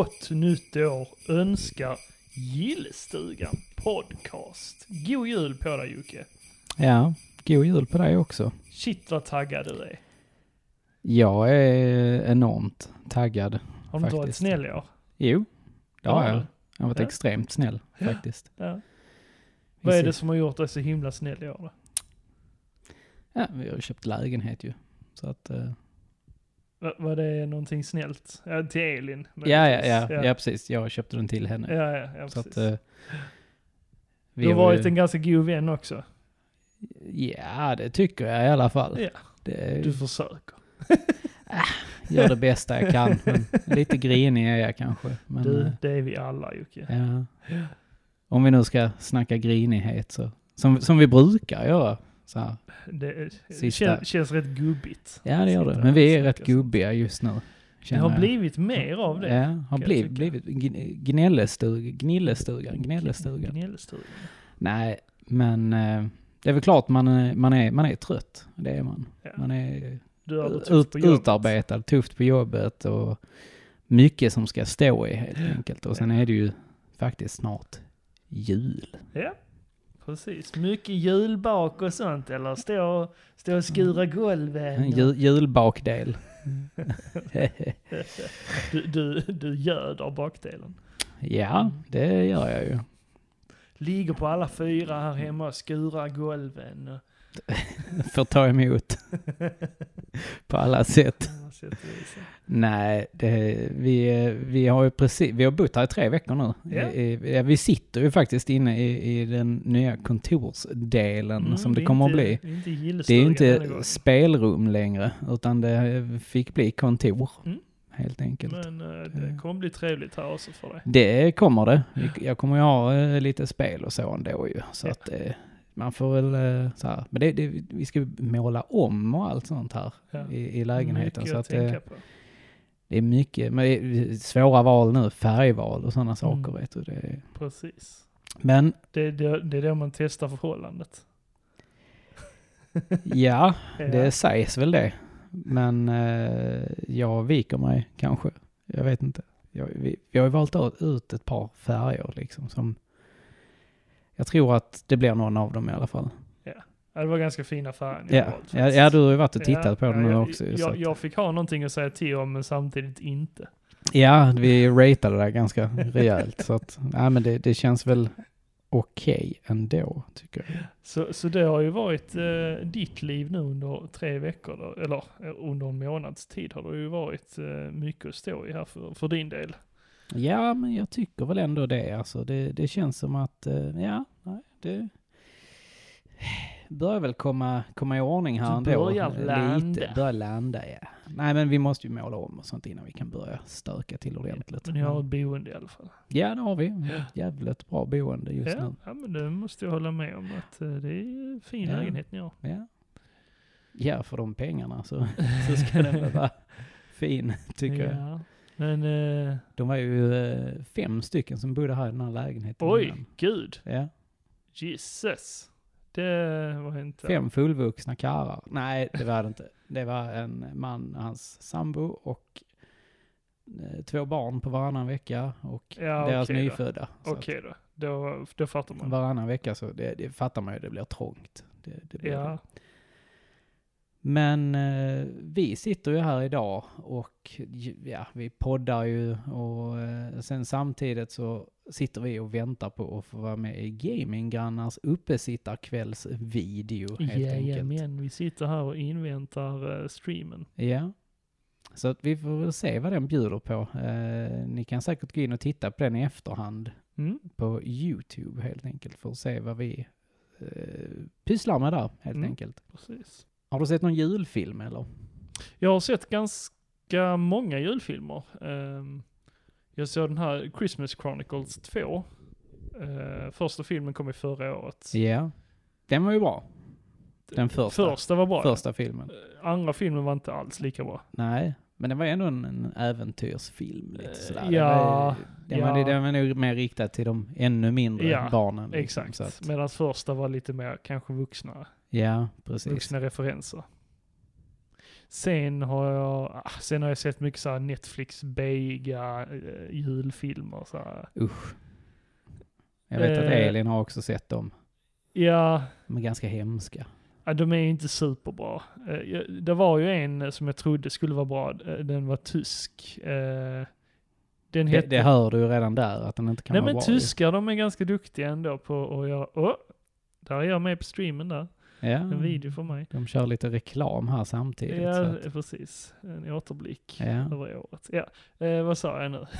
gott nytt år önskar Gillestugan podcast. God jul på dig, Jocke. Ja, god jul på dig också. Shit vad taggad du är. Jag är enormt taggad. Har du inte varit snäll i år? Jo, det har jag. du? Jag har varit extremt snäll faktiskt. Ja. Vad är det som har gjort dig så himla snäll i år då? Ja, vi har köpt lägenhet ju. Så att... Var det någonting snällt? Ja, till Elin. Ja, precis. Jag köpte den till henne. Ja, så precis. att... Du har varit en ganska god vän också. Ja, det tycker jag i alla fall. Ja, du försöker. Gör det bästa jag kan. Men lite grinig är jag kanske. Men, det är vi alla, Jocke. Ja. Om vi nu ska snacka grinighet så... Som vi brukar göra. Så här. Det känns rätt gubbigt. Ja, det gör det. Men vi är rätt gubbiga just nu. Det har blivit mer av det. Ja, har blivit gnillestugan. Nej, men det är väl klart man är trött. Det är man. Ja. Man är utarbetad, tufft på jobbet och mycket som ska stå i helt enkelt. Och sen är det ju faktiskt snart jul. Ja. Precis. Mycket julbak och sånt, eller stå och skura golven. Julbakdel. du göder bakdelen. Ja, det gör jag ju. Ligger på alla fyra här hemma och skurar golven. Får ta emot. På alla sätt. Nej, vi har ju vi har bott här i 3 veckor nu. Yeah. Vi sitter ju faktiskt inne i den nya kontorsdelen som det kommer att bli. Det är ju inte spelrum längre, utan det fick bli kontor. Helt enkelt. Men det kommer bli trevligt här också för dig. Det kommer det. Jag kommer ju ha lite spel och så ändå ju. Så att man får väl så här. Men vi ska måla om och allt sånt här i lägenheten. Så att det är mycket. Men det är svåra val nu. Färgval och sådana saker. Vet du. Precis. Men det är då man testar förhållandet. Ja, det sägs väl det. Men jag viker mig kanske. Jag vet inte. Vi har ju valt ut ett par färger liksom som jag tror att det blir någon av dem i alla fall. Ja, det var ganska fina färger. Ja, du har ju varit och tittat på dem nu också. Jag fick ha någonting att säga till om, men samtidigt inte. Ja, vi ratade det ganska rejält. Så att, men det känns väl okej ändå, tycker jag. Så det har ju varit ditt liv nu under 3 veckor, då, eller under en månads tid har det ju varit mycket att stå i här för din del. Ja, men jag tycker väl ändå det. Alltså, det känns som att, det börjar väl komma i ordning här ändå. Börjar landa, ja. Nej, men vi måste ju måla om och sånt innan vi kan börja stöka till ordentligt. Men ni har ett boende i alla fall. Ja, det har vi. Jävligt bra boende just nu. Ja, men det måste jag hålla med om att det är en fin lägenhet ni har. Ja, för de pengarna så ska den väl vara fin, tycker jag. Men de var ju 5 stycken som bodde här i den här lägenheten. Oj, gud. Ja. Jesus. Det var inte... 5 fullvuxna karlar. Nej, det var det inte. Det var en man, hans sambo och 2 barn på varannan vecka och deras nyfödda. Okej då fattar man. Varannan vecka så det fattar man ju, det blir trångt. Det blir det. Men vi sitter ju här idag och vi poddar ju och sen samtidigt så sitter vi och väntar på att få vara med i Gaminggrannars uppesittarkvällsvideo helt enkelt. Men vi sitter här och inväntar streamen. Ja, så att vi får väl se vad den bjuder på. Ni kan säkert gå in och titta på den i efterhand på YouTube helt enkelt för att se vad vi pysslar med där helt enkelt. Precis. Har du sett någon julfilm eller? Jag har sett ganska många julfilmer. Jag såg den här Christmas Chronicles 2. Första filmen kom i förra året. Ja, den var ju bra. Den första var bra. Första filmen. Andra filmen var inte alls lika bra. Nej, men det var ändå en äventyrsfilm. Lite sådär. Den var nog mer riktad till de ännu mindre barnen. Liksom, exakt. Medan första var lite mer kanske vuxna. Ja, precis. Vuxna referenser. Sen har jag sett mycket så här Netflix-beiga julfilmer. Så här. Usch. Jag vet att Elin har också sett dem. Ja. De är ganska hemska. Ja, de är inte superbra. Det var ju en som jag trodde skulle vara bra. Den var tysk. Det hör du ju redan där, att den inte kan vara bra. Nej, men tyskar, de är ganska duktiga ändå på att göra... där är jag med på streamen där. Ja, en video för mig. De kör lite reklam här samtidigt. Ja, så att... precis. En återblick över året. Ja. Vad sa jag nu?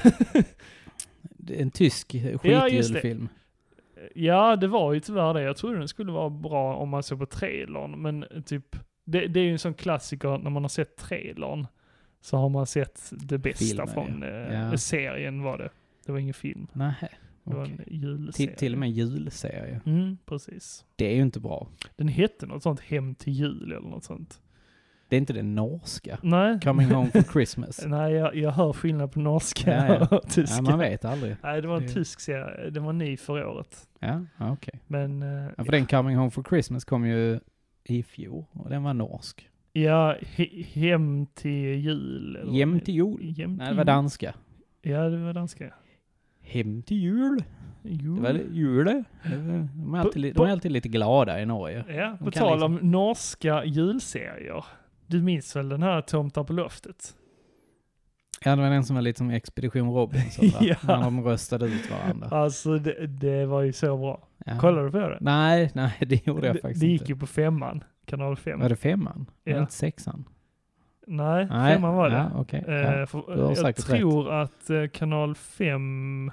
En tysk skitjulfilm. Ja, det var ju tyvärr det. Jag trodde den skulle vara bra om man såg på trailern. Men typ, det är ju en sån klassiker när man har sett trailern. Så har man sett det bästa Filmen, från serien var det. Det var ingen film. Nej. Det var en julserie. Till och med julserie. Precis. Det är ju inte bra. Den hette något sånt Hem till jul eller något sånt. Det är inte det norska. Nej. Coming home for Christmas. Nej, jag hör skillnad på norska och tyska. Ja, man vet aldrig. Nej, det var en tysk serie. Den var ny för året. Ja, okej. Men... för den Coming home for Christmas kom ju i fjol och den var norsk. Ja, Hem till jul. Eller Hem till jul? Nej, det var danska. Ja, det var danska. Hem till jul. Det var jul. De är alltid lite glada i Norge. Ja, på tal om norska julserier. Du minns väl den här Tomtar på loftet? Ja, det var den som var lite som Expedition Robinson. Ja. När de röstade ut varandra. Alltså, det var ju så bra. Ja. Kollade du på det? Nej, det gjorde jag faktiskt inte. Det gick ju på 5:an. Kanal 5. Var det 5:an? Ja. Var det inte 6:an? Nej, 5:an var det. Ja, okay. Jag tror att kanal 5...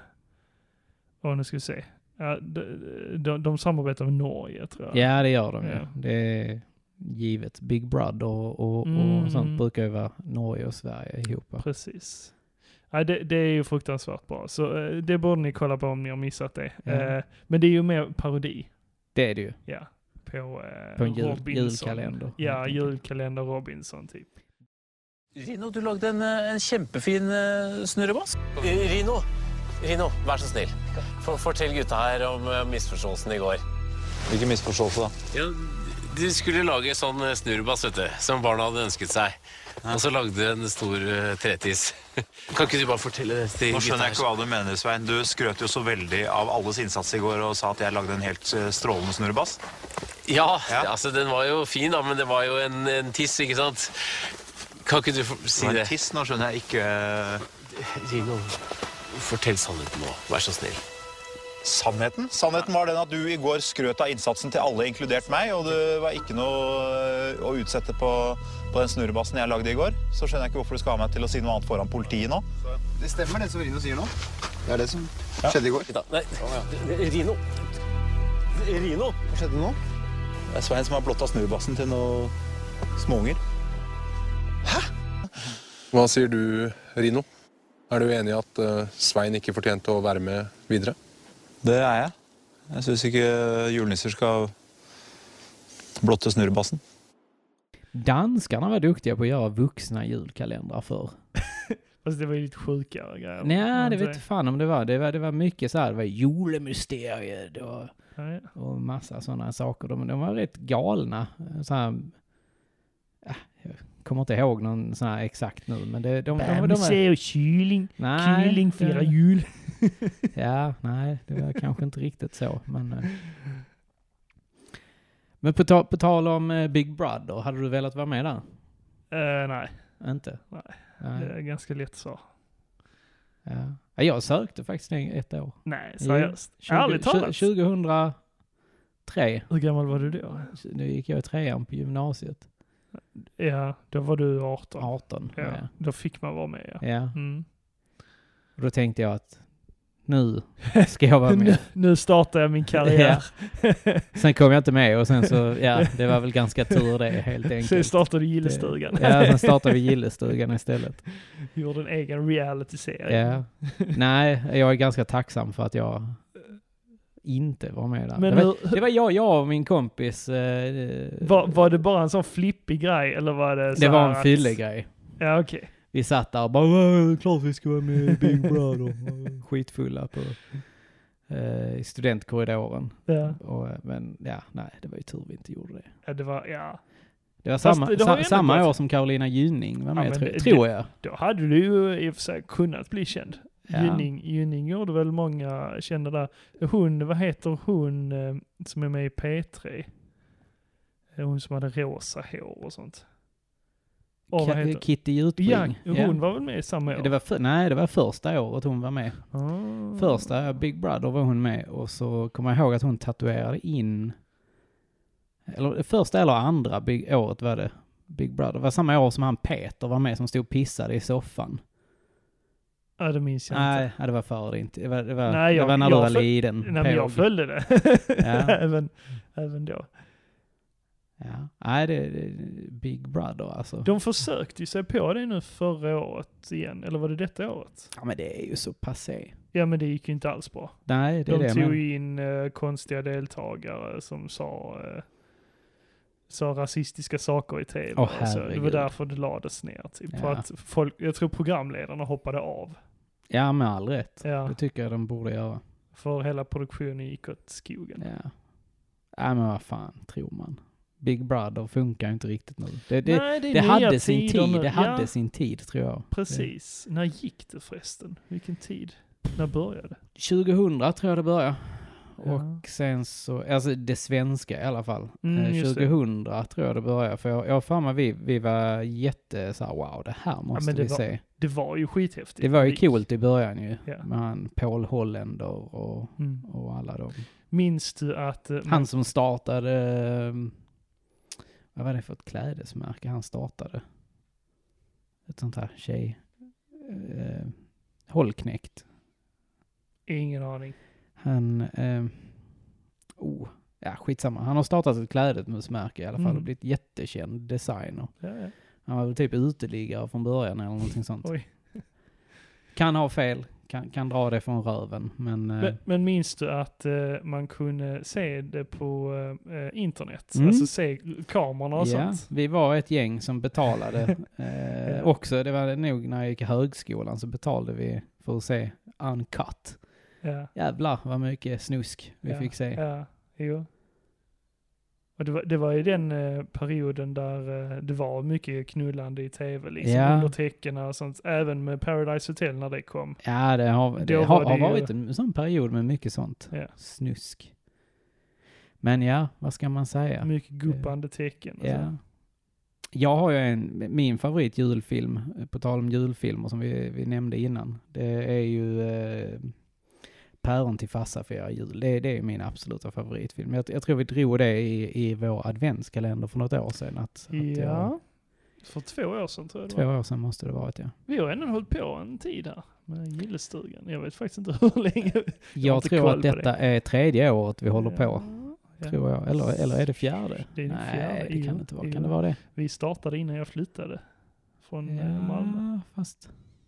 nu ska vi se. Ja, de samarbetar med Norge, tror jag. Ja, det gör de. Ja. Det är givet. Big Brother och sånt brukar ju vara Norge och Sverige ihop. Precis. Ja, det är ju fruktansvärt bra. Så det borde ni kolla på om ni har missat det. Ja. Men det är ju mer parodi. Det är det ju. Ja. På en julkalender. Ja, julkalender Robinson typ. Rino, du lagde en kjempefin snurrebass. Rino, vær så snill. Fortell gutta her om misforståelsen i går. Hvilken misforståelse da? Ja, du skulle lage sånn snurrebass, vet du, som barna hadde ønsket seg. Og så lagde du en stor tretis. Kan ikke du bare fortelle det til gutta her? Nå skjønner jeg ikke hva du mener, Svein. Du skrøt jo så veldig av alles innsats i går og sa at jeg lagde en helt strålende snurrebass. Ja, altså den var jo fin da, men det var jo en tiss, ikke sant? Kan ikke du si det? En tiss, nå skjønner jeg ikke... Rino, fortell sannheten nå, vær så snill. Sannheten? Sannheten var den at du i går skrøt av innsatsen til alle, inkludert meg, og det var ikke noe å utsette på den snurrebassen jeg lagde i går. Så skjønner jeg ikke hvorfor du skal ha meg til å si noe annet foran politiet nå. Det stemmer det som Rino sier nå. Det er det som skjedde i går. Nei, Rino. Hva skjedde nå? Det er Svein som har blotta snurrebassen til noen småunger. Hæ? Hva sier du, Rino? Er du enig i at Svein ikke fortjente å være med videre? Det er jeg. Jeg synes ikke julenisser skal blotte snurrebassen. Danskarna var duktiga på att göra vuxna julkalendrar för. Fast det var ju lite sjukare grejer. Nej, det vet inte fan om det var. Det var mycket så här, det var julemysteriet och massa sådana saker. De var rätt galna. Så här, jag kommer inte ihåg någon sån här exakt nu, men de och kyling. Nej, kyling firar jul. Ja, nej, det var kanske inte riktigt så, men på tal om Big Brother, hade du velat vara med där? Nej. Inte? Nej. Det är ganska lätt så. Ja. Jag sökte faktiskt ett år. Nej, seriöst. Ärligt talat. 2003. Hur gammal var du då? Nu gick jag i 3:an på gymnasiet. Ja, då var du 18. 18, ja. Då fick man vara med, ja. Mm. Och då tänkte jag att nu ska jag vara med. nu startar jag min karriär. Sen kom jag inte med och sen så, det var väl ganska tur det helt enkelt. Sen startade du Gillestugan. Sen startade vi Gillestugan istället. Gjorde en egen reality-serie. Ja. Nej, jag är ganska tacksam för att jag inte var med där. Men det var jag och min kompis. Var det bara en sån flippig grej eller var det så? Det var en fyllegrej. Ja, okej. Okay. Vi satt där och bara, klart vi ska vara med i Big Brother. Skitfulla i studentkorridoren. Ja. Men nej, det var ju tur vi inte gjorde det. Ja, det var, Det var samma år som Carolina Gynning var med, tror jag. Då hade du ju i och för sig kunnat bli känd. Ja. Gynning gjorde väl många kända där. Vad heter hon som är med i P3? Hon som hade rosa hår och sånt. Kitty Jutbring. Ja, hon var väl med i samma år? Det var första året hon var med. Första Big Brother var hon med, och så kommer jag ihåg att hon tatuerade in, eller första eller andra året var det Big Brother. Det var samma år som han Peter var med som stod och pissade i soffan. Ja, det minns jag inte. Nej, det var före inte. Det var när du var liten. Nej, men jag följde det. även då. Ja, nej, det är Big Brother alltså. De försökte ju sig på det nu förra året igen, eller var det detta året? Ja, men det är ju så passé. Ja, men det gick ju inte alls bra. Nej, det är det. De tog in konstiga deltagare som sa rasistiska saker i tv. Så det var därför det lades ner. Typ, för att jag tror programledarna hoppade av. Ja, med all rätt. Ja. Det tycker jag de borde göra. För hela produktionen gick åt skogen. Ja, men vad fan tror man? Big Brother funkar ju inte riktigt nu. Det hade sin tid. Det hade sin tid, tror jag. Precis. När gick det förresten? Vilken tid? När började det? 2000 tror jag det började. Ja. Och sen så, alltså det svenska i alla fall. 2000 tror jag det började. För jag för mig vi var jätte så här, wow, det här måste vi se. Det var ju skithäftigt. Det var ju coolt i början ju. Ja. Med han Paul Hollander och alla dem. Minns du att... han som startade... vad var det för ett klädesmärke han startade? Ett sånt här tjej. Hållknäckt. Ingen aning. Han... skitsamma. Han har startat ett klädesmärke i alla fall och blivit jättekänd designer. Ja. Han var väl typ uteliggare från början eller någonting sånt. Oj. Kan ha fel. Kan dra det från röven. Men minns du att man kunde se det på internet? Alltså se kamerorna och sånt? Vi var ett gäng som betalade. Också, det var nog när jag gick i högskolan så betalade vi för att se uncut. Ja. Jävlar vad mycket snusk vi fick se. Ja, jo. Och det var i den perioden där det var mycket knullande i tv, liksom under täckena och sånt. Även med Paradise Hotel när det kom. Ja, det har varit en sån period med mycket sånt. Ja. Snusk. Men ja, vad ska man säga? Mycket guppande tecken. Och så. Jag har ju min favorit julfilm, på tal om julfilmer som vi nämnde innan. Det är ju... Päron till farsa firar jul. Det är min absoluta favoritfilm. Jag tror vi drog det i vår adventskalender för något år sedan. För 2 år sedan tror jag det var. 2 år sedan måste det varit, ja. Vi har ändå hållit på en tid här med gillestugan. Jag vet faktiskt inte hur länge. Jag tror att detta är 3:e året vi håller på. Tror jag. Eller är det 4:e? Det är det 4:e. Nej, det kan inte vara. Kan det vara det? Vi startade innan jag flyttade från Malmö. Fast...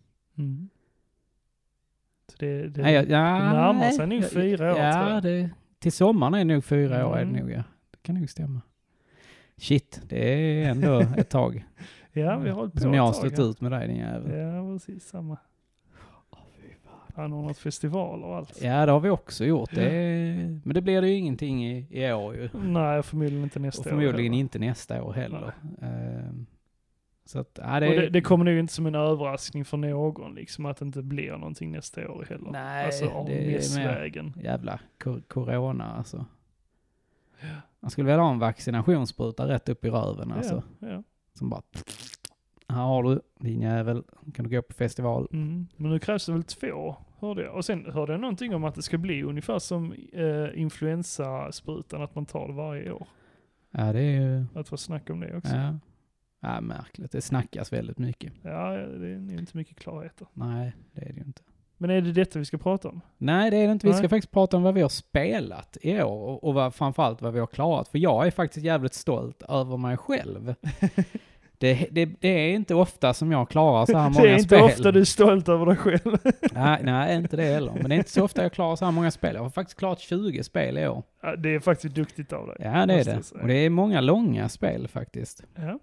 Det närmar sig nog 4 år. Ja, till sommaren är det nog 4 år. Är det nog, ja. Det kan nog stämma. Shit, det är ändå ett tag. Ja, vi har hållit på som jag har stått ut med dig, din jävel. Ja, precis samma. Anordnat festivaler och allt. Ja, det har vi också gjort. Men det blir det ju ingenting i år ju. Nej, förmodligen inte nästa år. Och förmodligen inte nästa år heller. Så att, det kommer nog inte som en överraskning för någon liksom, att det inte blir någonting nästa år heller. Nej, alltså av missvägen. Jävla corona alltså. Ja. Man skulle väl ha en vaccinationsspruta rätt upp i röven alltså. Ja. Som bara, här har du din jävel, kan du gå på festival. Men nu krävs det väl 2, hörde jag. Och sen hörde jag någonting om att det ska bli ungefär som influensasprutan, att man tar det varje år. Ja, det är ju... Att få snacka om det också. Ja, märkligt. Det snackas väldigt mycket. Ja, det är inte mycket klarheter. Nej, det är det ju inte. Men är det detta vi ska prata om? Nej, det är det inte. Vi ska faktiskt prata om vad vi har spelat i år och framförallt vad vi har klarat. För jag är faktiskt jävligt stolt över mig själv. Det är inte ofta som jag klarar så här många spel. Det är inte ofta du är stolt över dig själv. Nej, inte det heller. Men det är inte så ofta jag klarar så här många spel. Jag har faktiskt klarat 20 spel i år. Ja, det är faktiskt duktigt av dig. Ja, det är det. Och det är många långa spel faktiskt. Ja.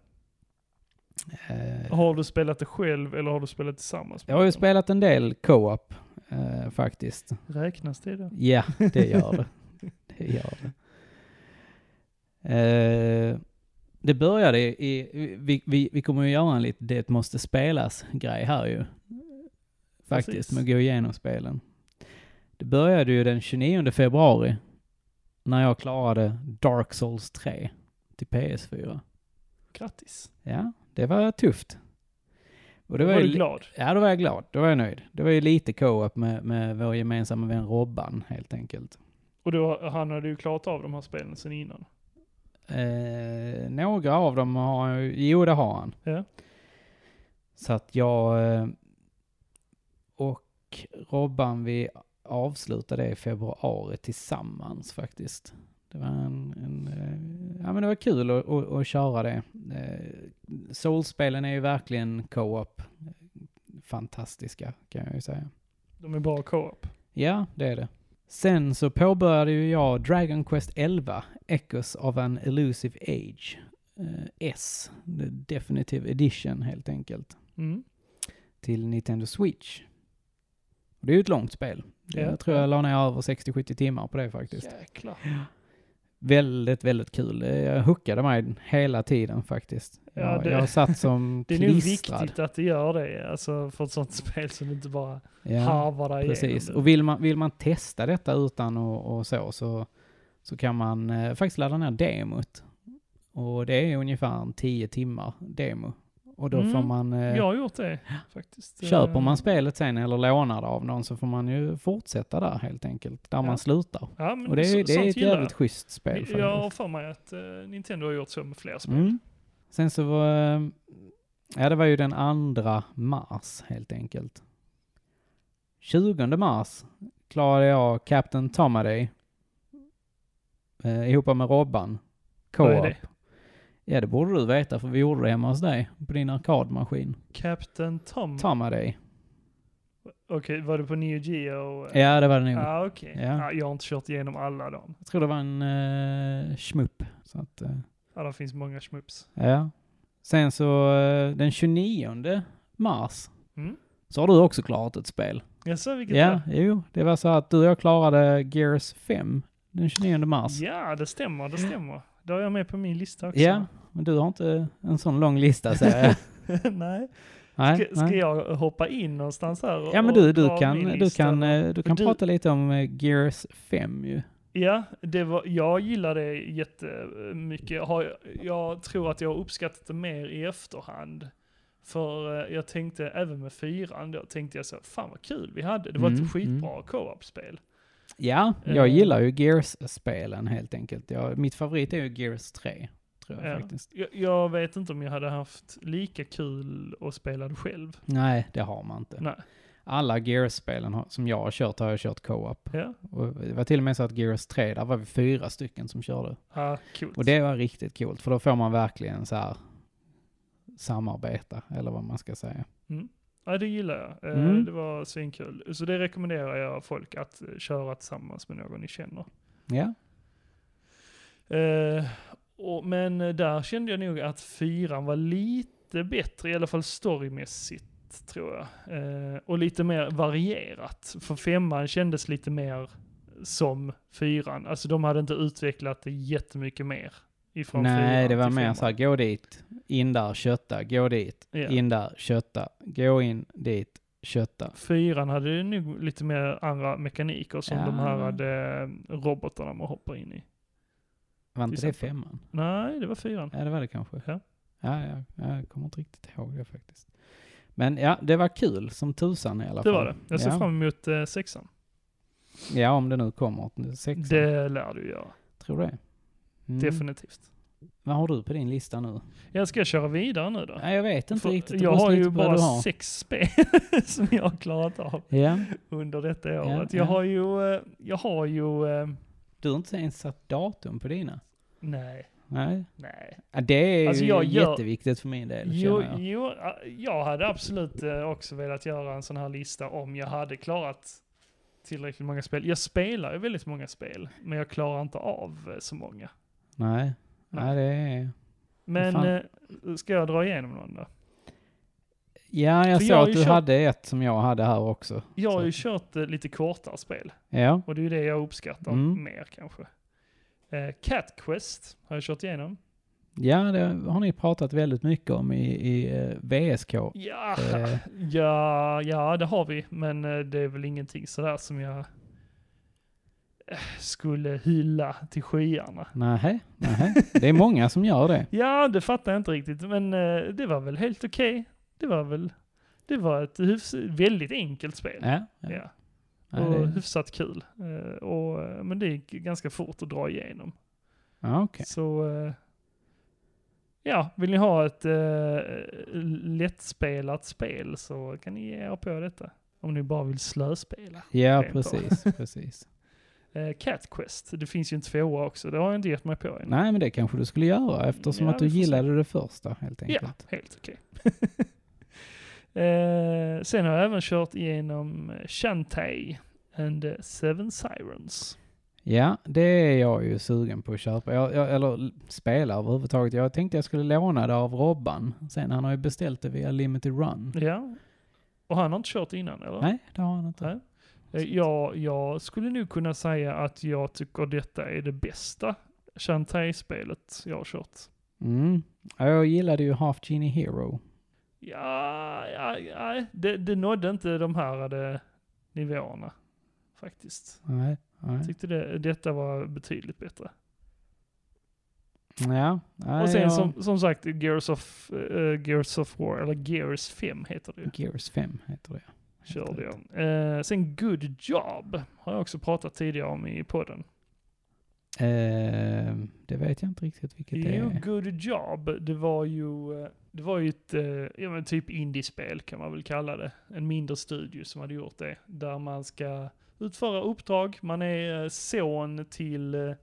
Har du spelat det själv eller har du spelat tillsammans? Jag har ju spelat en del co-op faktiskt. Räknas det då? Ja, det gör det. Det gör det. Det började vi kommer ju göra en lite det måste spelas grej här ju. Faktiskt. Precis. Med att gå igenom spelen. Det började ju den 29 februari när jag klarade Dark Souls 3 till PS4. Grattis. Ja, det var tufft. Och var du glad? Ja, då var jag glad. Då var jag nöjd. Det var ju lite co-op med vår gemensamma vän Robban, helt enkelt. Och då, han hade ju klarat av de här spelen sen innan? Några av dem har... Jo, det har han. Ja. Så att jag och Robban, vi avslutade det i februari tillsammans faktiskt. Det var ja, men det var kul att köra det. Soulspelen är ju verkligen co-op. Fantastiska, kan jag ju säga. De är bra co-op. Ja, det är det. Sen så påbörjade ju jag Dragon Quest 11, Echoes of an Elusive Age. S, the Definitive Edition helt enkelt. Till Nintendo Switch. Och det är ju ett långt spel. Jag tror jag la ner över 60-70 timmar på det faktiskt. Jäklar. Väldigt, väldigt kul. Jag hookade mig hela tiden faktiskt. Ja, jag satt som det klistrad. Det är nog viktigt att det gör det. Alltså för ett sånt spel som inte bara harvar där precis. igenom. Och vill man testa detta utan och så kan man faktiskt ladda ner demot. Och det är ungefär en 10 timmar demo. Och då får man... jag har gjort det faktiskt. Köper man spelet sen eller lånar det av någon så får man ju fortsätta där helt enkelt. Där man slutar. Ja, men och det är ett jävligt schysst spel. Jag har för mig att Nintendo har gjort så med fler spel. Sen så var... det var ju den 2 mars helt enkelt. 20 mars klarade jag Captain Tomaday ihop med Robban. Vad är det? Ja, det borde du veta för vi gjorde det hemma hos dig på din arkadmaskin. Captain Tomaday. Okej, var det på Neo Geo? Ja, det var det nog. Okej. Jag har inte kört igenom alla dem. Jag tror det var en schmupp. Så att, ja, det finns många schmupps. Ja. Sen så den 29 mars så har du också klarat ett spel. Jaså, vilket jo. Det var så att du och jag klarade Gears 5 den 29 mars. Ja, det stämmer. Det har jag med på min lista också. Ja, men du har inte en sån lång lista, säger jag. Nej. Ska jag hoppa in någonstans här? Ja, men du kan prata lite om Gears 5 ju. Ja, jag gillar det jättemycket. Jag tror att jag har uppskattat det mer i efterhand. För jag tänkte, även med 4, då tänkte jag så, fan vad kul vi hade. Det var ett skitbra co-op-spel. Ja, jag gillar ju Gears-spelen helt enkelt. Mitt favorit är ju Gears 3, tror jag faktiskt. Jag vet inte om jag hade haft lika kul att spela det själv. Nej, det har man inte. Nej. Alla Gears-spelen som jag har kört co-op. Ja. Och det var till och med så att Gears 3, där var vi 4 stycken som körde. Ja, coolt. Och det var riktigt coolt, för då får man verkligen så här samarbeta, eller vad man ska säga. Ja, det gillar jag. Det var svinkul. Så det rekommenderar jag folk att köra tillsammans med någon ni känner. Ja. Men där kände jag nog att 4 var lite bättre, i alla fall storymässigt, tror jag. Och lite mer varierat. För 5 kändes lite mer som 4. Alltså de hade inte utvecklat det jättemycket mer. Nej, det var mer så här, gå dit, in där, kötta, gå dit, in där, kötta, gå in dit, kötta. 4 hade nog lite mer andra mekaniker som de här hade robotarna man hoppar in i. Var inte det 5? Nej, det var 4. Ja, det var det kanske. Ja. Jag kommer inte riktigt ihåg det faktiskt. Men ja, det var kul som tusan i alla fall. Det var det. Jag ser fram emot 6. Ja, om det nu kommer 6. Det lär du göra. Tror du det? Definitivt. Vad har du på din lista nu? Jag ska köra vidare nu då. Nej, jag vet inte riktigt. Jag har ju bara 6 spel som jag har klarat av under detta året. Jag har ju... Du har inte ens satt datum på dina? Nej. Ja, det är ju jätteviktigt för min del. Jag hade absolut också velat göra en sån här lista om jag hade klarat tillräckligt många spel. Jag spelar ju väldigt många spel, men jag klarar inte av så många. Nej, det är... Men ska jag dra igenom någon då? Ja, jag såg att du hade ett som jag hade här också. Jag har ju kört lite kortare spel. Ja. Och det är ju det jag uppskattar mer kanske. Cat Quest har jag kört igenom. Ja, det har ni pratat väldigt mycket om i VSK. Ja, det har vi. Men det är väl ingenting sådär som jag skulle hylla till skyarna. Nej. Det är många som gör det. Ja, det fattar jag inte riktigt. Men det var väl helt okej. Det var ett väldigt enkelt spel. Ja. Och hyfsat kul. Men det gick ganska fort att dra igenom. Ja, okej. Så vill ni ha ett lättspelat spel så kan ni ge er på detta. Om ni bara vill slöspela. Ja, precis. Cat Quest, det finns ju en 2 också. Det har jag inte gett mig på än. Nej, men det kanske du skulle göra eftersom att du gillade det första helt enkelt. Ja, helt okej. Sen har jag även kört igenom Shantae and the Seven Sirens. Ja, det är jag ju sugen på att köpa. Eller spela överhuvudtaget. Jag tänkte jag skulle låna det av Robban. Sen han har ju beställt det via Limited Run. Ja, och han har inte kört innan, eller? Nej, det har han inte. Nej. Jag skulle nog kunna säga att jag tycker detta är det bästa Shantae-spelet jag har kört. Jag gillade ju Half Genie Hero. Det nådde inte de här nivåerna faktiskt. Nej. Jag tyckte detta var betydligt bättre. Ja. Och sen som sagt Gears of War, eller Gears 5 heter det. Gears 5 heter det. Körde jag. Sen Good Job har jag också pratat tidigare om i podden. Det vet jag inte riktigt vilket det är. Good Job, det var ju ett typ indiespel kan man väl kalla det. En mindre studio som hade gjort det. Där man ska utföra uppdrag. Man är son till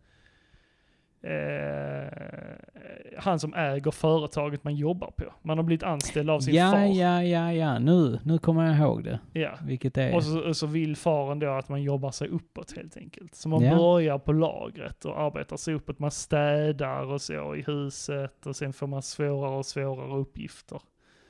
han som äger företaget man jobbar på. Man har blivit anställd av sin far. Ja. Nu kommer jag ihåg det. Ja. Vilket det är. Och så vill faren då att man jobbar sig uppåt helt enkelt. Så man börjar på lagret och arbetar sig uppåt. Man städar och så i huset och sen får man svårare och svårare uppgifter.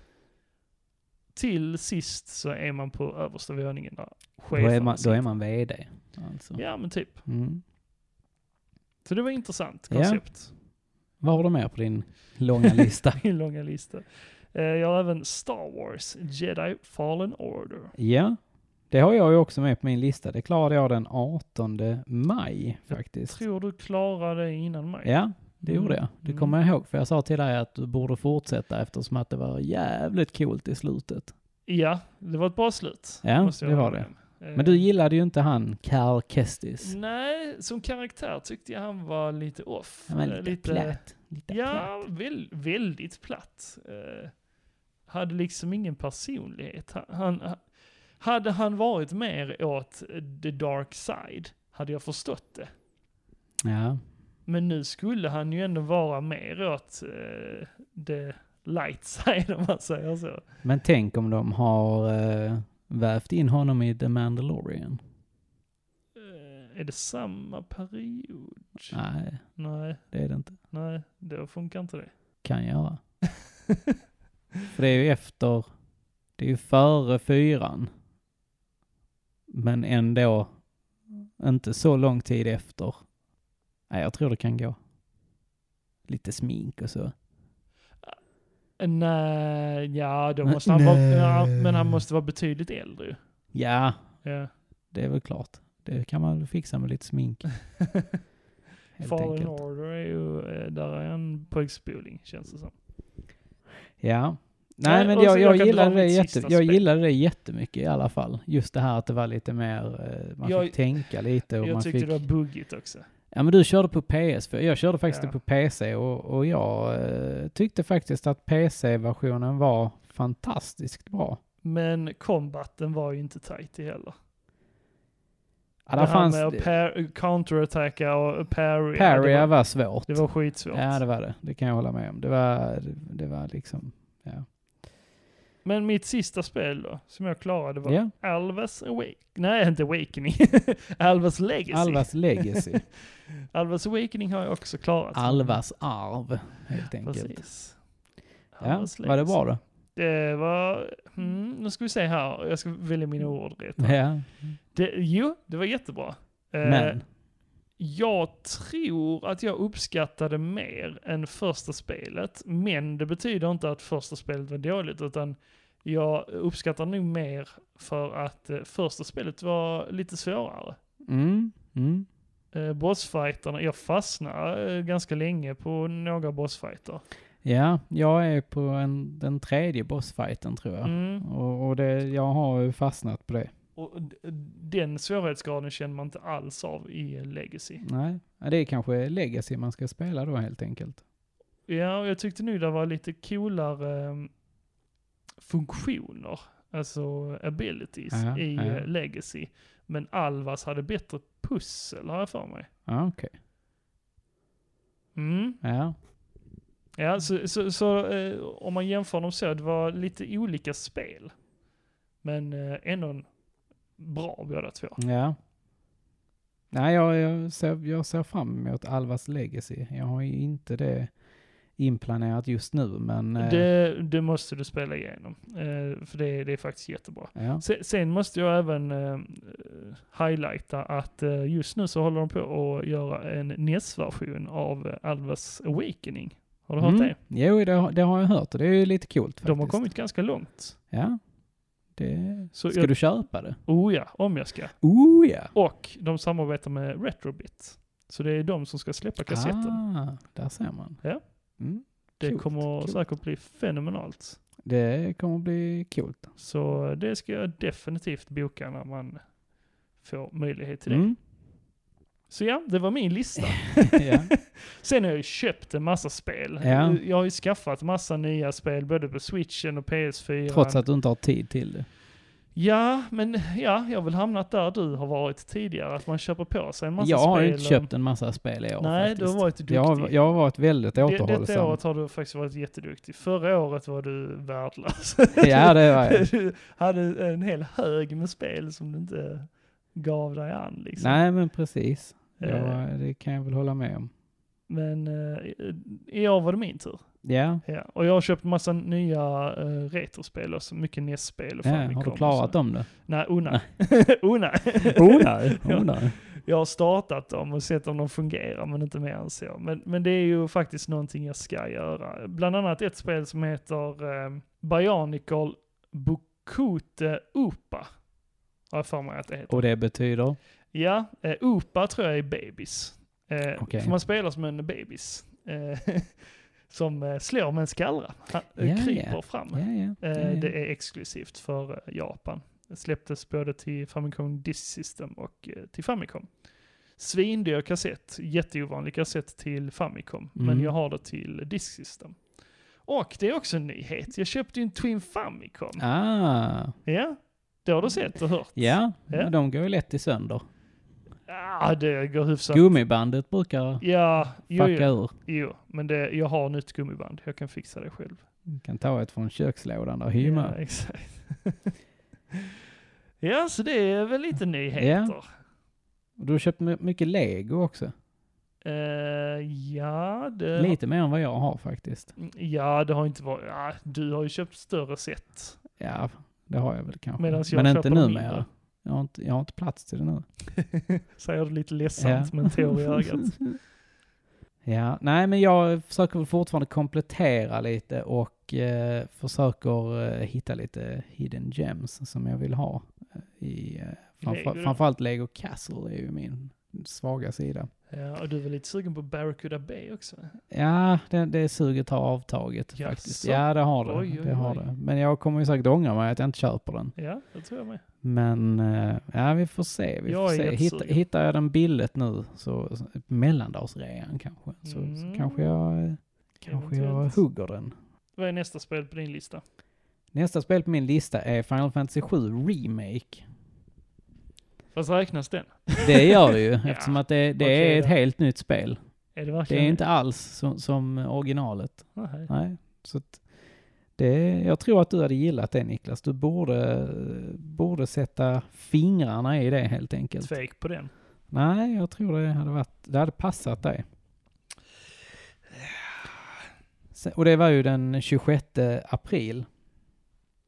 Till sist så är man på översta våningen där. Då är man vd. Alltså. Ja, men typ. Så det var intressant koncept. Vad har du med på din långa lista? Min långa lista. Jag har även Star Wars Jedi Fallen Order. Ja, det har jag ju också med på min lista. Det klarade jag den 18 maj faktiskt. Jag tror du klarade det innan maj. Ja, det gjorde jag. Det kommer jag ihåg. För jag sa till dig att du borde fortsätta eftersom att det var jävligt coolt i slutet. Ja, det var ett bra slut. Ja, det var det. Men du gillade ju inte han, Cal Kestis. Nej, som karaktär tyckte jag han var lite off. Lite platt. Väldigt platt. Hade liksom ingen personlighet. Hade han varit mer åt the dark side hade jag förstått det. Ja. Men nu skulle han ju ändå vara mer åt the light side om man säger så. Men tänk om de har vävt in honom i The Mandalorian. Är det samma period? Nej, det är det inte. Nej, då funkar inte det. Kan göra. För det är ju det är ju före 4. Men ändå inte så lång tid efter. Nej, jag tror det kan gå. Lite smink och så. Nej, då måste han vara, men han måste vara betydligt äldre. Ja, det är väl klart. Det kan man fixa med lite smink. Fallen Order är ju, där är en pojkspoling, känns det som. Ja. Nej, men jag gillade det jättemycket i alla fall. Just det här att det var lite mer, man fick tänka lite. Och jag man tyckte det var buggigt också. Ja, men du körde på PS, för jag körde faktiskt på PC och jag tyckte faktiskt att PC-versionen var fantastiskt bra. Men combaten var ju inte tight heller. Ja, det fanns counterattacka och parry. Parry var svårt. Det var skitsvårt. Ja, det var det. Det kan jag hålla med om. Det var liksom, ja. Men mitt sista spel då, som jag klarade var Alva's Awakening. Alva's Legacy. Alva's Legacy. Alva's Awakening har jag också klarat. Alvas arv, helt enkelt. Precis. Ja, var det bra då? Det var, nu ska vi se här, jag ska välja mina ord rätt. Ja. Det var jättebra. Men? Jag tror att jag uppskattade mer än första spelet, men det betyder inte att första spelet var dåligt, utan jag uppskattar nog mer för att första spelet var lite svårare. Bossfighterna, jag fastnar ganska länge på några bossfighter. Ja, jag är på den tredje bossfighten tror jag. Och jag har fastnat på det. Och den svårighetsgraden känner man inte alls av i Legacy. Nej, det är kanske Legacy man ska spela då helt enkelt. Ja, och jag tyckte nu det var lite coolare funktioner, alltså abilities i Legacy. Men Alvas hade bättre pussel, har jag för mig. Ja, okej. Ja. Ja, så om man jämför dem så, det var lite olika spel. Men ändå bra båda två. Ja. Nej, jag ser fram emot Alvas Legacy. Jag har ju inte det inplanerat just nu, men... Det måste du spela igenom. För det är faktiskt jättebra. Ja. Sen måste jag även highlighta att just nu så håller de på att göra en NES-version av Alvas Awakening. Har du hört det? Jo, det har jag hört och det är ju lite coolt faktiskt. De har kommit ganska långt. Ja. Ska du köpa det? Oh ja, om jag ska. Oh ja. Och de samarbetar med Retrobit. Så det är de som ska släppa kassetten. Där ser man. Ja. Det kommer säkert bli fenomenalt. Det kommer bli coolt. Så det ska jag definitivt boka när man får möjlighet till det. Så ja, det var min lista. Ja. Sen har jag ju köpt en massa spel. Ja. Jag har ju skaffat massa nya spel både på Switchen och PS4. Trots att du inte har tid till det. Ja, men jag har väl hamnat där du har varit tidigare. Att man köper på sig en massa spel. Jag har inte köpt en massa spel i år. Nej, faktiskt. du har varit duktig. Jag har varit väldigt återhållsam. Detta året har du faktiskt varit jätteduktig. Förra året var du värdelös. Ja, det var jag. Du hade en hel hög med spel som du inte gav dig an. Liksom. Nej, men precis. Det kan jag väl hålla med om. Men i år var det min tur. Ja. Och jag har köpt massa nya retrospel och så mycket NES-spel. Och har du klarat dem då? Nej, nej. Jag har startat dem och sett om de fungerar, men inte mer än så. Men det är ju faktiskt någonting jag ska göra. Bland annat ett spel som heter Bionicle Bukute Upa. Har jag för mig att det heter. Och det betyder? Ja, Upa tror jag är babys. Okay. För man spelar som en babys. Som slår med en skallra. Kryper fram. Det är exklusivt för Japan. Det släpptes både till Famicom Disk System och till Famicom. Svindyr kassett. Jätteovanlig kassett till Famicom. Men jag har det till Disk System. Och det är också en nyhet. Jag köpte ju en Twin Famicom. Ja, det har du sett och hört. Ja. Men de går ju lätt i sönder. Ja, det går hyfsat. Gummibandet brukar fucka ur. Jo, men jag har nytt gummiband. Jag kan fixa det själv. Du kan ta ett från kökslådan och hymma. Ja, exakt. Ja, så det är väl lite nyheter. Ja. Och du har köpt mycket Lego också. Ja, lite mer än vad jag har faktiskt. Ja, det har inte varit... Ja, du har ju köpt större set. Ja, det har jag väl kanske. Men inte numera. Jag har inte plats till det nu. Säger du lite ledsamt med en tår i ögat. Ja, nej men jag försöker väl fortfarande komplettera lite och försöker hitta lite hidden gems som jag vill ha. Framförallt Lego Castle är ju min svaga sida. Ja, och du är väl lite sugen på Barracuda Bay också? Ja, det suget har avtagit faktiskt. Ja, det har det. Oj. Det. Men jag kommer ju säkert ångra mig att jag inte köper den. Ja, det tror jag med. Men vi får se. Hittar jag den billigt nu så mellandagsrean kanske. Så kanske jag hugger den. Vad är nästa spel på din lista? Nästa spel på min lista är Final Fantasy 7 Remake. Fast räknas den? Det gör det ju, eftersom att det är ett helt nytt spel. Är det verkligen? Det är inte alls som originalet. Nej. Så att jag tror att du hade gillat det, Niklas. Du borde sätta fingrarna i det helt enkelt. Tvek på den? Nej, jag tror det hade passat dig. Och det var ju den 26 april.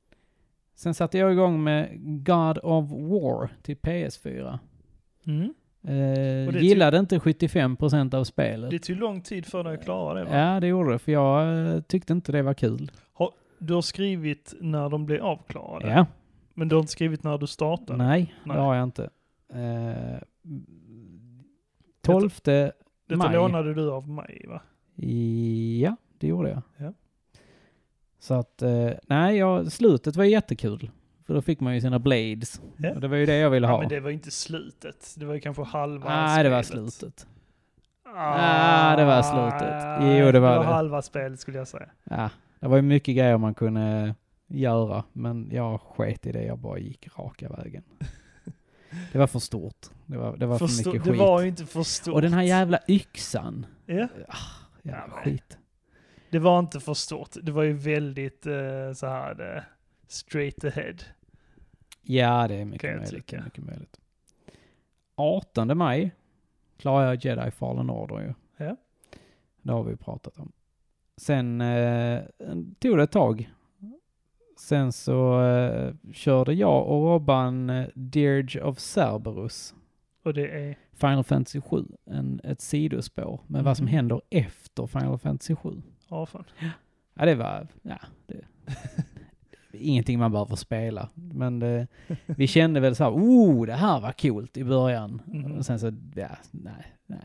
Sen satte jag igång med God of War till PS4. Gillade inte 75% av spelet. Det tog lång tid för dig att klara det, va? Ja, det gjorde det. För jag tyckte inte det var kul. Du har skrivit när de blev avklarade? Ja. Men du har inte skrivit när du startade? Nej. Det har jag inte. 12 maj. Detta lånade du av mig, va? Ja, det gjorde jag. Ja. Så att, slutet var jättekul. För då fick man ju sina blades. Ja. Och det var ju det jag ville ha. Men det var inte slutet. Det var ju kanske halva spelet. Det var slutet. Det var slutet. Jo, det var halva spelet skulle jag säga. Ja, det var ju mycket grejer man kunde göra. Men jag sket i det. Jag bara gick raka vägen. Det var för stort. Det var för mycket skit. Det var ju inte för stort. Och den här jävla yxan. Ja. Skit. Det var inte för stort. Det var ju väldigt så här straight ahead. Ja, det är mycket möjligt. 18 maj klarar jag Jedi Fallen Order ju. Ja. Det har vi pratat om. Sen tog det ett tag. Sen så körde jag och Robban Dirge of Cerberus. Och det är? Final Fantasy 7. Ett sidospår med vad som händer efter Final Fantasy 7. Ja, fan. Ja, det var... Ja, det ingenting man behöver spela. Men vi kände väl så här, det här var coolt i början. Och sen så, nej.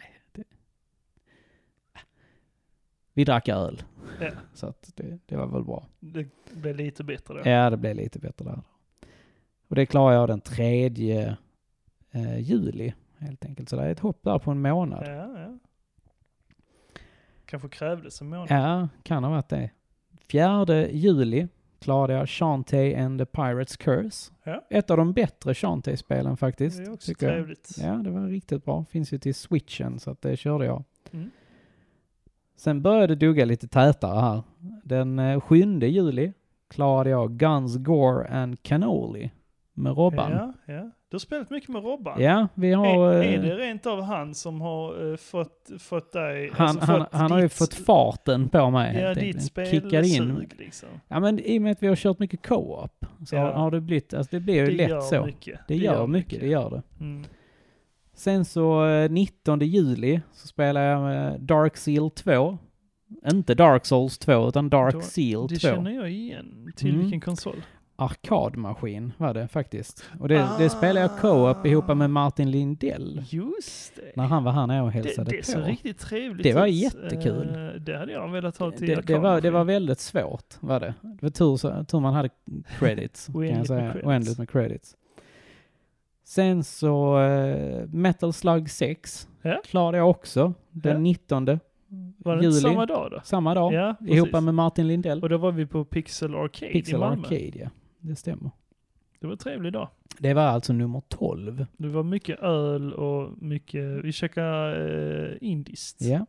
Vi drack öl. Ja. Så att det var väl bra. Det blev lite bättre då. Ja, det blev lite bättre där. Och det klarade jag den 3 juli helt enkelt. Så det är ett hopp där på en månad. Ja. Kanske krävdes en månad. Ja, kan ha varit det. 4 juli klarade jag Shantae and the Pirate's Curse. Ja. Ett av de bättre Shantae-spelen faktiskt. Det är också trevligt. Ja, det var riktigt bra. Finns ju till Switchen så att det körde jag. Mm. Sen började det dugga lite tätare här. Den 7 juli klarade jag Guns, Gore and Cannoli med Robban. Ja. Du har spelat mycket med Robban. Ja, vi har... Är det rent av han som har fått dig... Han har ju fått farten på mig. Ja, ditt spel kickar liksom. Ja, men i och med att vi har kört mycket co-op så har det blivit... Alltså det blir ju lätt så. Det gör mycket, det gör det. Mm. Sen så 19 juli så spelar jag med Dark Seal 2. Inte Dark Souls 2 utan Dark Seal 2. Det känner jag igen. Till vilken konsol? Arkadmaskin var det faktiskt. Och det spelade jag co-op ihop med Martin Lindell. Just det. När han var här och hälsade på. Det så riktigt trevligt. Det var jättekul. Det hade jag velat ha till det var väldigt svårt, var det. Det var tur man hade credits. kan jag säga. Oändligt med credits. Sen så Metal Slug 6 klarade jag också. Den 19 var det juli. Samma dag då? Samma dag. Ja, ihop med Martin Lindell. Och då var vi på Pixel Arcade i Malmö. Arcade, ja. Det stämmer. Det var en trevlig dag. Det var alltså nummer 12. Det var mycket öl och mycket... Vi käkade indiskt. Ja.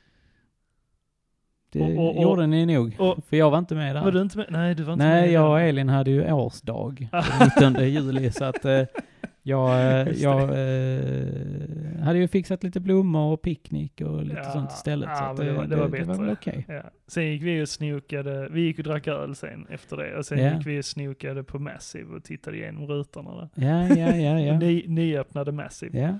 Det gjorde ni nog. För jag var inte med där. Var du inte med? Nej, du var inte med. Nej, jag och Elin hade ju årsdag 19 juli. Så att jag hade ju fixat lite blommor och picknick och lite sånt istället. Så att det var bättre. Det var väl okej. Ja. Sen gick vi och snokade. Vi gick och drack öl sen efter det. Och sen gick vi och snokade på Massive och tittade igenom rutorna där. Ja. Nyöppnade Massive. Ja.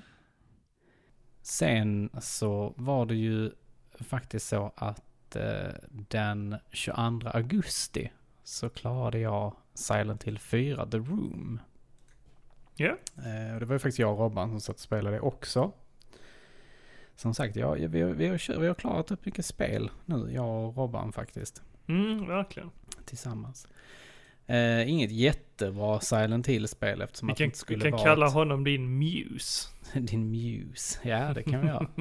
Sen så var det ju faktiskt så att den 22 augusti så klarade jag Silent Hill 4 The Room. Ja. Och det var ju faktiskt jag och Robban som satt och spelade också. Som sagt, vi har klarat upp mycket spel nu, jag och Robban faktiskt. Verkligen. Tillsammans. Inget jättebra Silent Hill-spel eftersom att det inte skulle vara... Vi kan kalla honom din muse. Din muse, ja det kan vi göra.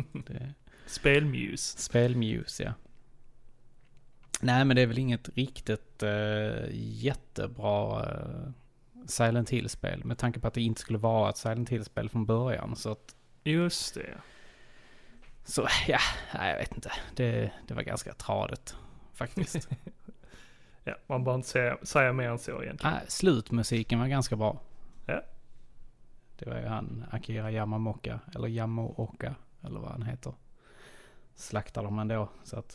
Spelmuse, ja. Nej, men det är väl inget riktigt jättebra Silent Hill-spel med tanke på att det inte skulle vara ett Silent Hill-spel från början. Så att, just det. Så ja, jag vet inte. Det var ganska tradigt faktiskt. Ja, man bara inte säga mer än så egentligen. Slutmusiken var ganska bra. Ja. Det var ju han Akira Yamaoka eller vad han heter. Slaktade de ändå så att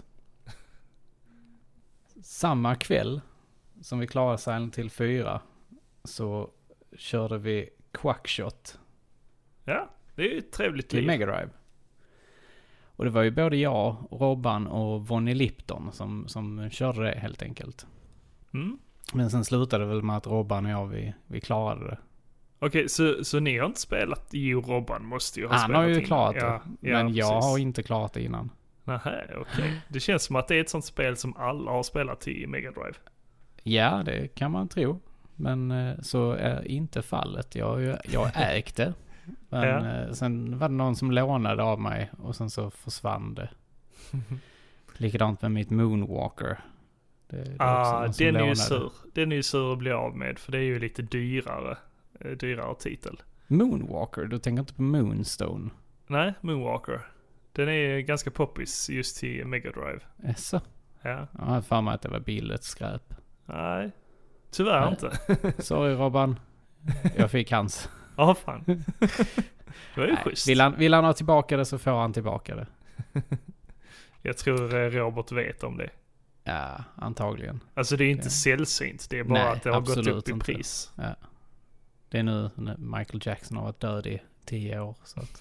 samma kväll som vi klarade Silent Hill 4 så körde vi Quackshot. Ja. Det är ju ett trevligt till Mega Drive. Och det var ju både jag, Robban och Vonnie Lipton som körde det helt enkelt. Mm. Men sen slutade det väl med att Robban och jag, vi klarade det. Okej, så ni har inte spelat? Jo, Robban måste ju ha spelat. Han har ju innan. klarat det. Ja, men jag precis. har inte klarat det innan. Nähä, okej. Det känns som att det är ett sånt spel som alla har spelat i Mega Drive. Ja, det kan man tro. Men så är inte fallet. Jag ägde. Men sen var det någon som lånade av mig och sen så försvann det. Likadant med mitt Moonwalker. Det den är ju sur. Den är ju sur att bli av med, för det är ju lite dyrare titel. Moonwalker? Du tänker inte på Moonstone? Nej, Moonwalker. Den är ganska poppis just till Mega Drive. Jaså? Ja. Jag har för mig att det var billigt skräp. Nej, tyvärr inte. Sorry Robban. Jag fick hans. Ja, fan. Det var ju schysst. Vill han ha tillbaka det så får han tillbaka det. Jag tror Robert vet om det. Ja, antagligen. Alltså det är inte sällsynt. Det är bara att det har gått upp i inte. pris. Ja. Det är nu när Michael Jackson har varit död i 10 år. Så att.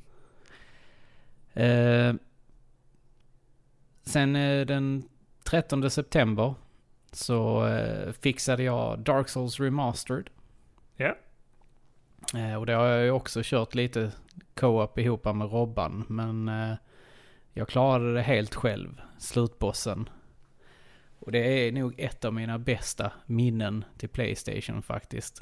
Sen den 13 september så fixade jag Dark Souls Remastered. Ja. Och det har jag ju också kört lite co-op ihop med Robban. Men jag klarade det helt själv. Slutbossen. Och det är nog ett av mina bästa minnen till PlayStation faktiskt.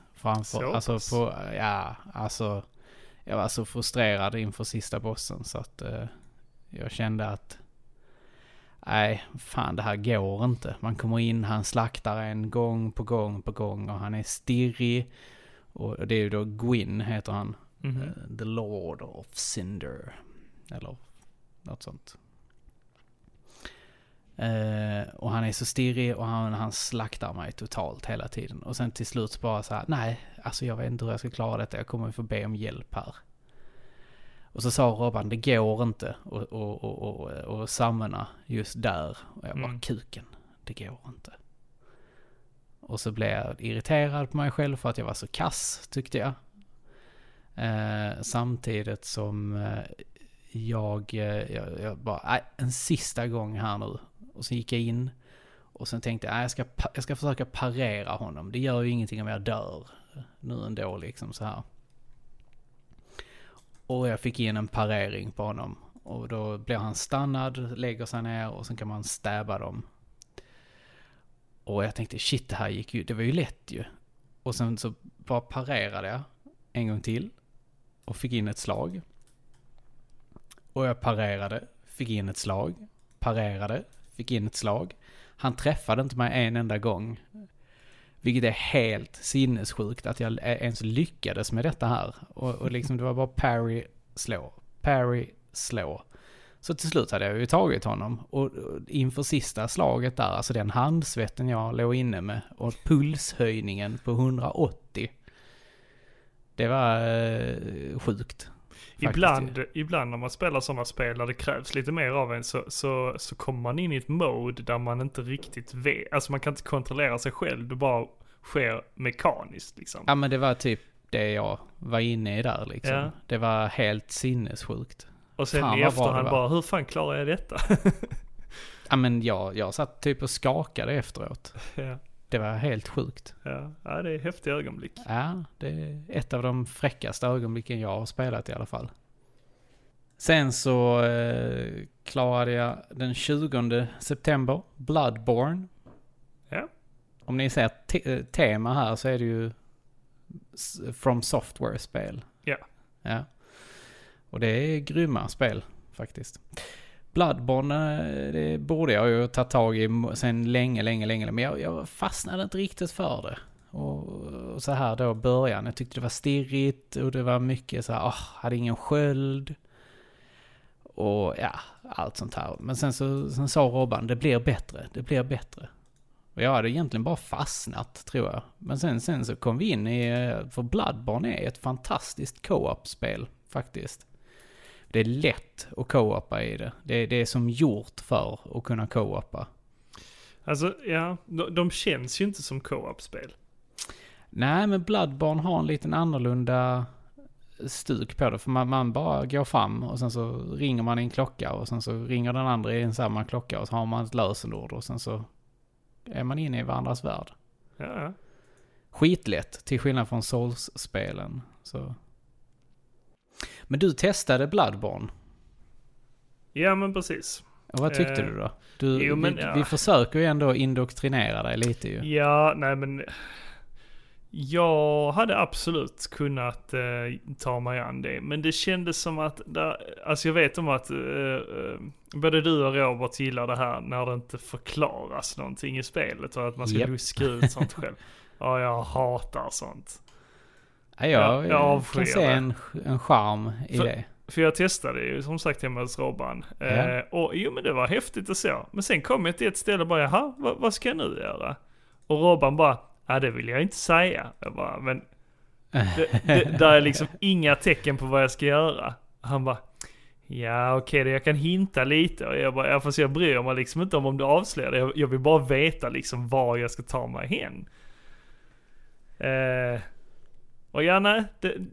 Jag var så frustrerad inför sista bossen så att jag kände att nej, fan det här går inte. Man kommer in, han slaktar en gång på gång och han är stirrig. Och det är ju då Gwyn heter han. Mm-hmm. The Lord of Cinder. Eller något sånt. Och han är så stirrig och han slaktar mig totalt hela tiden. Och sen till slut bara så här: nej, alltså jag vet inte hur jag ska klara detta. Jag kommer få be om hjälp här. Och så sa Robban, det går inte och samla just där. Och jag bara, kuken, det går inte. Och så blev jag irriterad på mig själv för att jag var så kass, tyckte jag. Samtidigt som jag bara, nej, en sista gång här nu. Och så gick jag in och sen tänkte jag ska försöka parera honom. Det gör ju ingenting om jag dör nu ändå liksom så här. Och jag fick in en parering på honom. Och då blir han stannad, lägger sig ner och sen kan man stäba dem. Och jag tänkte, shit, det här gick ju, det var ju lätt ju. Och sen så bara parerade jag en gång till och fick in ett slag. Och jag parerade, fick in ett slag. Parerade, fick in ett slag. Han träffade inte mig en enda gång. Vilket är helt sinnessjukt att jag ens lyckades med detta här. Och liksom det var bara parry, slå. Så till slut hade jag ju tagit honom. Och inför sista slaget där, alltså den handsvetten jag låg inne med och pulshöjningen på 180. Det var sjukt. Ibland när man spelar sådana spel där det krävs lite mer av en så kommer man in i ett mode där man inte riktigt vet. Alltså man kan inte kontrollera sig själv. Det bara sker mekaniskt liksom. Ja, men det var typ det jag var inne i där liksom. Ja. Det var helt sinnessjukt. Och sen i efterhand bara, hur fan klarar jag detta? Ja, men jag satt typ och skakade efteråt. Ja. Det var helt sjukt. Ja, det är häftiga ögonblick. Ja, det är ett av de fräckaste ögonblicken jag har spelat i alla fall. Sen så klarade jag den 20 september Bloodborne. Ja. Om ni ser tema här så är det ju From Software-spel. Ja. Ja. Och det är grymma spel faktiskt. Bloodborne, det borde jag ju ta tag i sen länge. Men jag fastnade inte riktigt för det. Och så här då början. Jag tyckte det var stirrigt och det var mycket så här, hade ingen sköld. Och ja, allt sånt här. Men sen sa Robban, det blir bättre. Och jag hade egentligen bara fastnat, tror jag. Men sen så kom vi in för Bloodborne är ett fantastiskt co-op-spel faktiskt. Det är lätt att co-opa i det. Det är som gjort för att kunna co-opa. Alltså, ja, de känns ju inte som co-op-spel. Nej, men Bloodborne har en liten annorlunda stuk på det. För man bara går fram och sen så ringer man i en klocka och sen så ringer den andra i en samma klocka och så har man ett lösenord och sen så är man inne i varandras värld. Ja. Skitlätt, till skillnad från Souls-spelen. Så. Men du testade Bloodborne. Ja, men precis. Och vad tyckte du då? Vi försöker ju ändå indoktrinera dig lite ju. Ja, nej men... Jag hade absolut kunnat ta mig an det. Men det kändes som att... Alltså jag vet om att både du och Robert gillar det här när det inte förklaras någonting i spelet. Och att man ska luska ut sånt själv. Ja, jag hatar sånt. Ja, jag kan se en charm i det. För jag testade ju som sagt hemma hos Robban. Och men det var häftigt att se. Men sen kom jag till ett ställe och bara, jaha, vad ska jag nu göra? Och Robban bara, det vill jag inte säga. Jag bara, men där är liksom inga tecken på vad jag ska göra. Han bara, ja okej, jag kan hinta lite. Och jag bara, fast jag bryr mig liksom inte om du avslöjar det. Jag vill bara veta liksom var jag ska ta mig hen. Och ja, nej,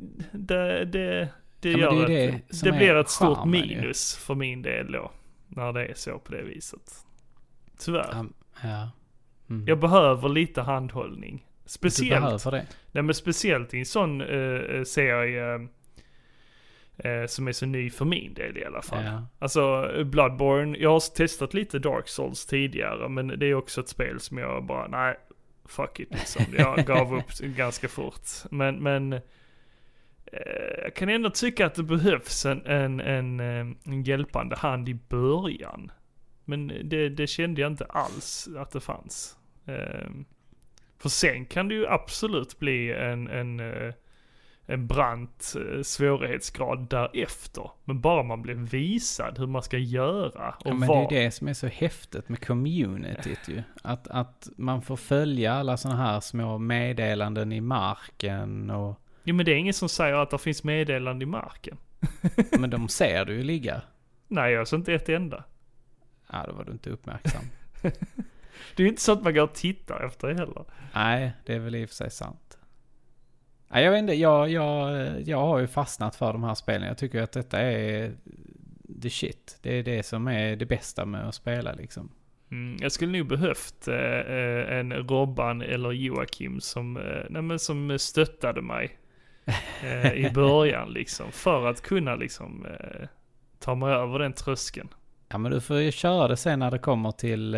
det blir ett stort minus för min del då. När det är så på det viset. Tyvärr. Jag behöver lite handhållning. Speciellt. Nej, men speciellt i en sån serie som är så ny för min del i alla fall. Ja. Alltså Bloodborne, jag har testat lite Dark Souls tidigare, men det är också ett spel som jag bara, nej, fuck it liksom. Jag gav upp ganska fort. Men jag kan ändå tycka att det behövs en hjälpande hand i början. Men det kände jag inte alls att det fanns. För sen kan det ju absolut bli en brant svårighetsgrad därefter. Men bara man blir visad hur man ska göra. Och men det är det som är så häftigt med communityt ju. Att man får följa alla sådana här små meddelanden i marken och... Jo, men det är ingen som säger att det finns meddelanden i marken. Men de ser du ju ligga. Nej, jag ser inte ett enda. Ja, då var du inte uppmärksam. Det är ju inte så att man går och tittar efter det heller. Nej, det är väl i och för sig sant. Nej, jag vet inte, jag har ju fastnat för de här spelen. Jag tycker att detta är the shit. Det är det som är det bästa med att spela liksom. Jag skulle nog behövt en Robban eller Joakim som stöttade mig i början liksom. För att kunna liksom ta mig över den tröskeln. Ja, men du får ju köra det sen när det kommer till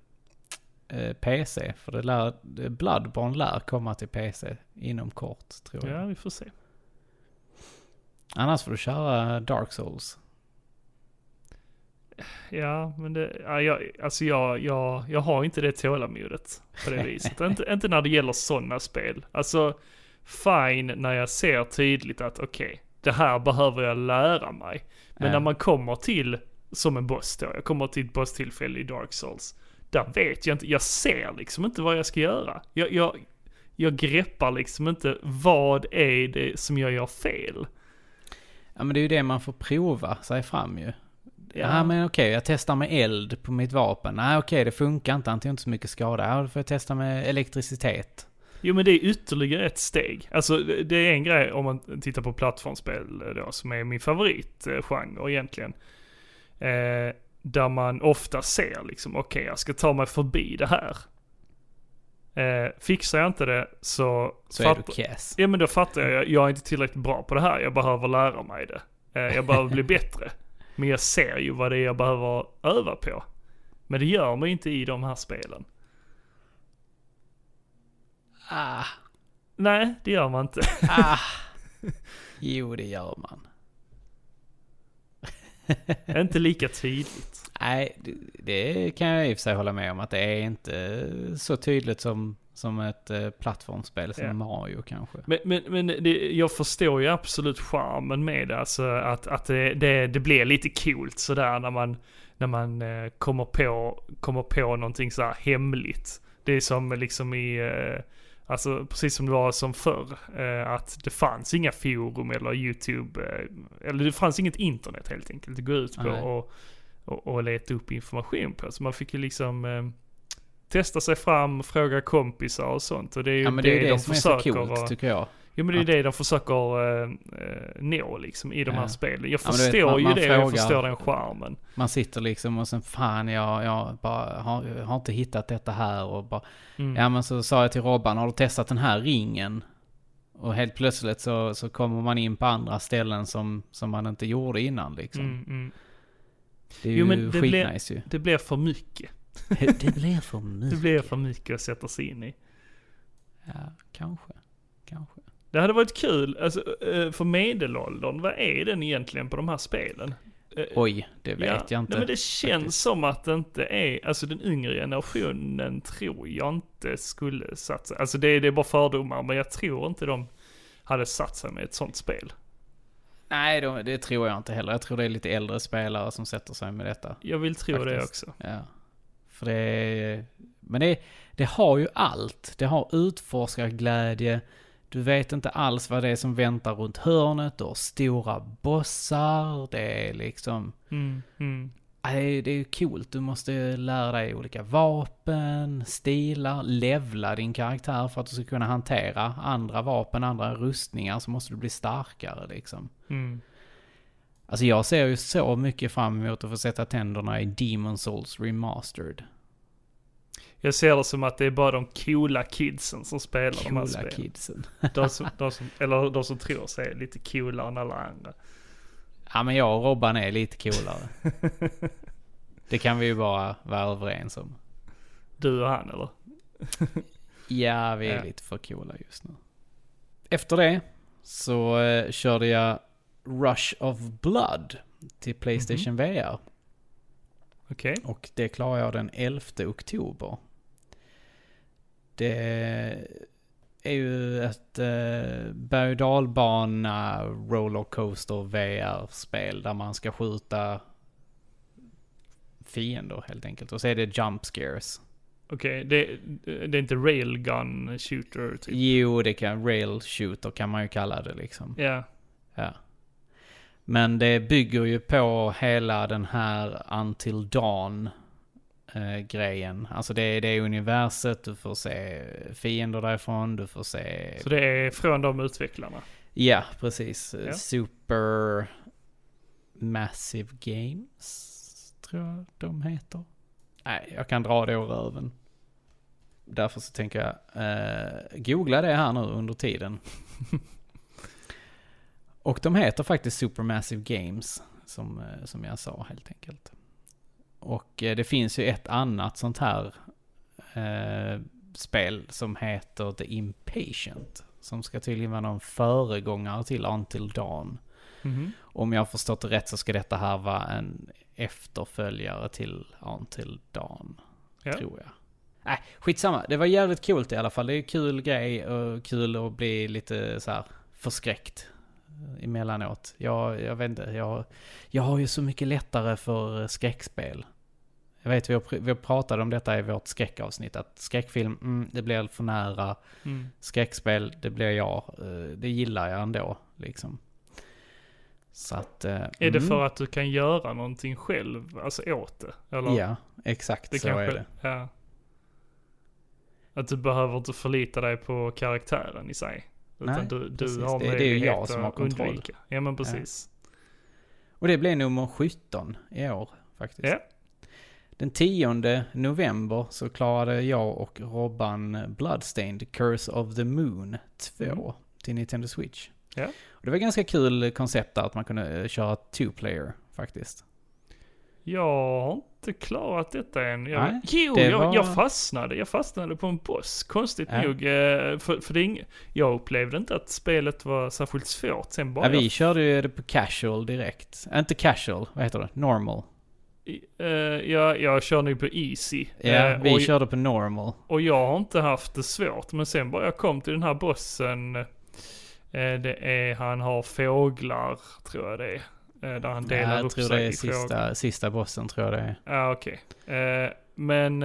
PC. För Bloodborne lär komma till PC inom kort, tror jag. Ja, vi får se. Annars får du köra Dark Souls. Ja, men jag har inte det tålamodet på det viset. inte när det gäller sådana spel. Alltså, fine när jag ser tydligt att okej, det här behöver jag lära mig. Men när man kommer till, som en boss då, jag kommer till ett bosstillfälle i Dark Souls. Där vet jag inte, jag ser liksom inte vad jag ska göra. Jag greppar liksom inte vad är det som jag gör fel. Ja, men det är ju det man får prova sig fram ju. Ja, men okej, jag testar med eld på mitt vapen. Nej, okej, det funkar inte, antingen inte så mycket skada. Ja, då får jag testa med elektricitet. Jo, men det är ytterligare ett steg. Alltså, det är en grej om man tittar på plattformsspel då, som är min favoritgenre egentligen. Där man ofta ser liksom, okej, jag ska ta mig förbi det här. Fixar jag inte det så är du kass. Ja, men då fattar jag är inte tillräckligt bra på det här. Jag behöver lära mig det. Jag behöver bli bättre. Men jag ser ju vad det är jag behöver öva på. Men det gör man inte i de här spelen. Nej, det gör man inte. Jo, det gör man. Inte lika tydligt. Nej, det kan jag i och för sig hålla med om. Att det är inte så tydligt som ett plattformsspel som Mario kanske. Men jag förstår ju absolut charmen med det. Alltså att det blir lite coolt sådär när man kommer på någonting så här hemligt. Det är som liksom alltså precis som det var som förr, att det fanns inga forum eller YouTube, eller det fanns inget internet helt enkelt att gå ut på och leta upp information på. Så man fick ju liksom testa sig fram, fråga kompisar och sånt. Och det är ju det är det som är så coolt, tycker jag. Jo, men det är det de försöker nå liksom i de här spelen. Jag förstår ju det, jag förstår den charmen. Man sitter liksom och sen fan, jag bara har inte hittat detta här och bara, ja men så sa jag till Robban, har du testat den här ringen? Och helt plötsligt så kommer man in på andra ställen som man inte gjorde innan liksom. Det är ju skitnice ju. Det blir för mycket. Det blir för mycket. Det blir för mycket att sätta sig in i. Ja, kanske. Det hade varit kul, alltså, för medelåldern, vad är den egentligen på de här spelen? Oj, det vet jag inte. Nej, men det känns som att det inte är, alltså den yngre generationen tror jag inte skulle satsa. Alltså det är bara fördomar, men jag tror inte de hade satsat med ett sånt spel. Nej, det tror jag inte heller. Jag tror det är lite äldre spelare som sätter sig med detta. Jag vill tro det också. Ja. För men det har ju allt. Det har utforskarglädje. Du vet inte alls vad det är som väntar runt hörnet. Du har stora bossar. Det är liksom... Det är ju coolt. Du måste lära dig olika vapen, stilar, levla din karaktär för att du ska kunna hantera andra vapen, andra rustningar, så måste du bli starkare liksom. Alltså jag ser ju så mycket fram emot att få sätta tänderna i Demon's Souls Remastered. Jag ser det som att det är bara de coola kidsen som spelar de här spelen. Kidsen. de som tror sig är lite coolare än alla andra. Ja, men jag och Robban är lite coolare. Det kan vi ju bara vara överens om. Du och han, eller? Ja, vi är lite för coola just nu. Efter det så körde jag Rush of Blood till PlayStation VR. Okej. Och det klarar jag den 11 oktober. Det är ju ett berg- och dalbana rollercoaster VR-spel där man ska skjuta fiender helt enkelt. Och så är det jump scares. Okej, det är inte railgun shooter typ? Jo, det kan rail shooter kan man ju kalla det liksom. Ja. Ja. Men det bygger ju på hela den här Until Dawn grejen. Alltså det är universet, du får se fiender därifrån, du får se... Så det är från de utvecklarna? Ja, precis. Ja. Super Massive Games, tror jag de heter. Nej, jag kan dra det ur röven. Därför så tänker jag googla det här nu under tiden. Och de heter faktiskt Supermassive Games, som jag sa helt enkelt. Och det finns ju ett annat sånt här spel som heter The Impatient, som ska tydligen vara någon föregångare till Until Dawn. Om jag har förstått det rätt så ska detta här vara en efterföljare till Until Dawn, tror jag. Nej, skitsamma. Det var jävligt kul i alla fall. Det är kul grej och kul att bli lite så här förskräckt emellanåt. Jag vet inte, jag har ju så mycket lättare för skräckspel. Jag vet, vi pratade om detta i vårt skräckavsnitt, att skräckfilm, det blir för nära. Skräckspel, det blir jag. Det gillar jag ändå, liksom. Så att... Är det för att du kan göra någonting själv, alltså åt det? Eller? Ja, exakt det så kanske, är det. Ja. Att du behöver inte förlita dig på karaktären i sig. Utan nej, du har det är ju jag som har kontroll. Undvika. Ja, men precis. Ja. Och det blev nummer 17 i år faktiskt. Ja. Den 10 november så klarade jag och Robban Bloodstained Curse of the Moon 2 till Nintendo Switch. Ja. Och det var ganska kul koncept där att man kunde köra 2-player faktiskt. Jag har inte klarat detta än. Jag fastnade. Jag fastnade på en boss. Konstigt nog. För jag upplevde inte att spelet var särskilt svårt. Sen bara vi körde ju det på casual direkt. Inte casual, vad heter det? Normal. Jag kör nu på easy. Ja, vi körde på normal. Och jag har inte haft det svårt. Men sen bara jag kom till den här bossen. Han har fåglar, tror jag det är. Där han delar upp sig i frågor. Jag tror det är sista bossen, tror jag det är. Ja, okej. Men...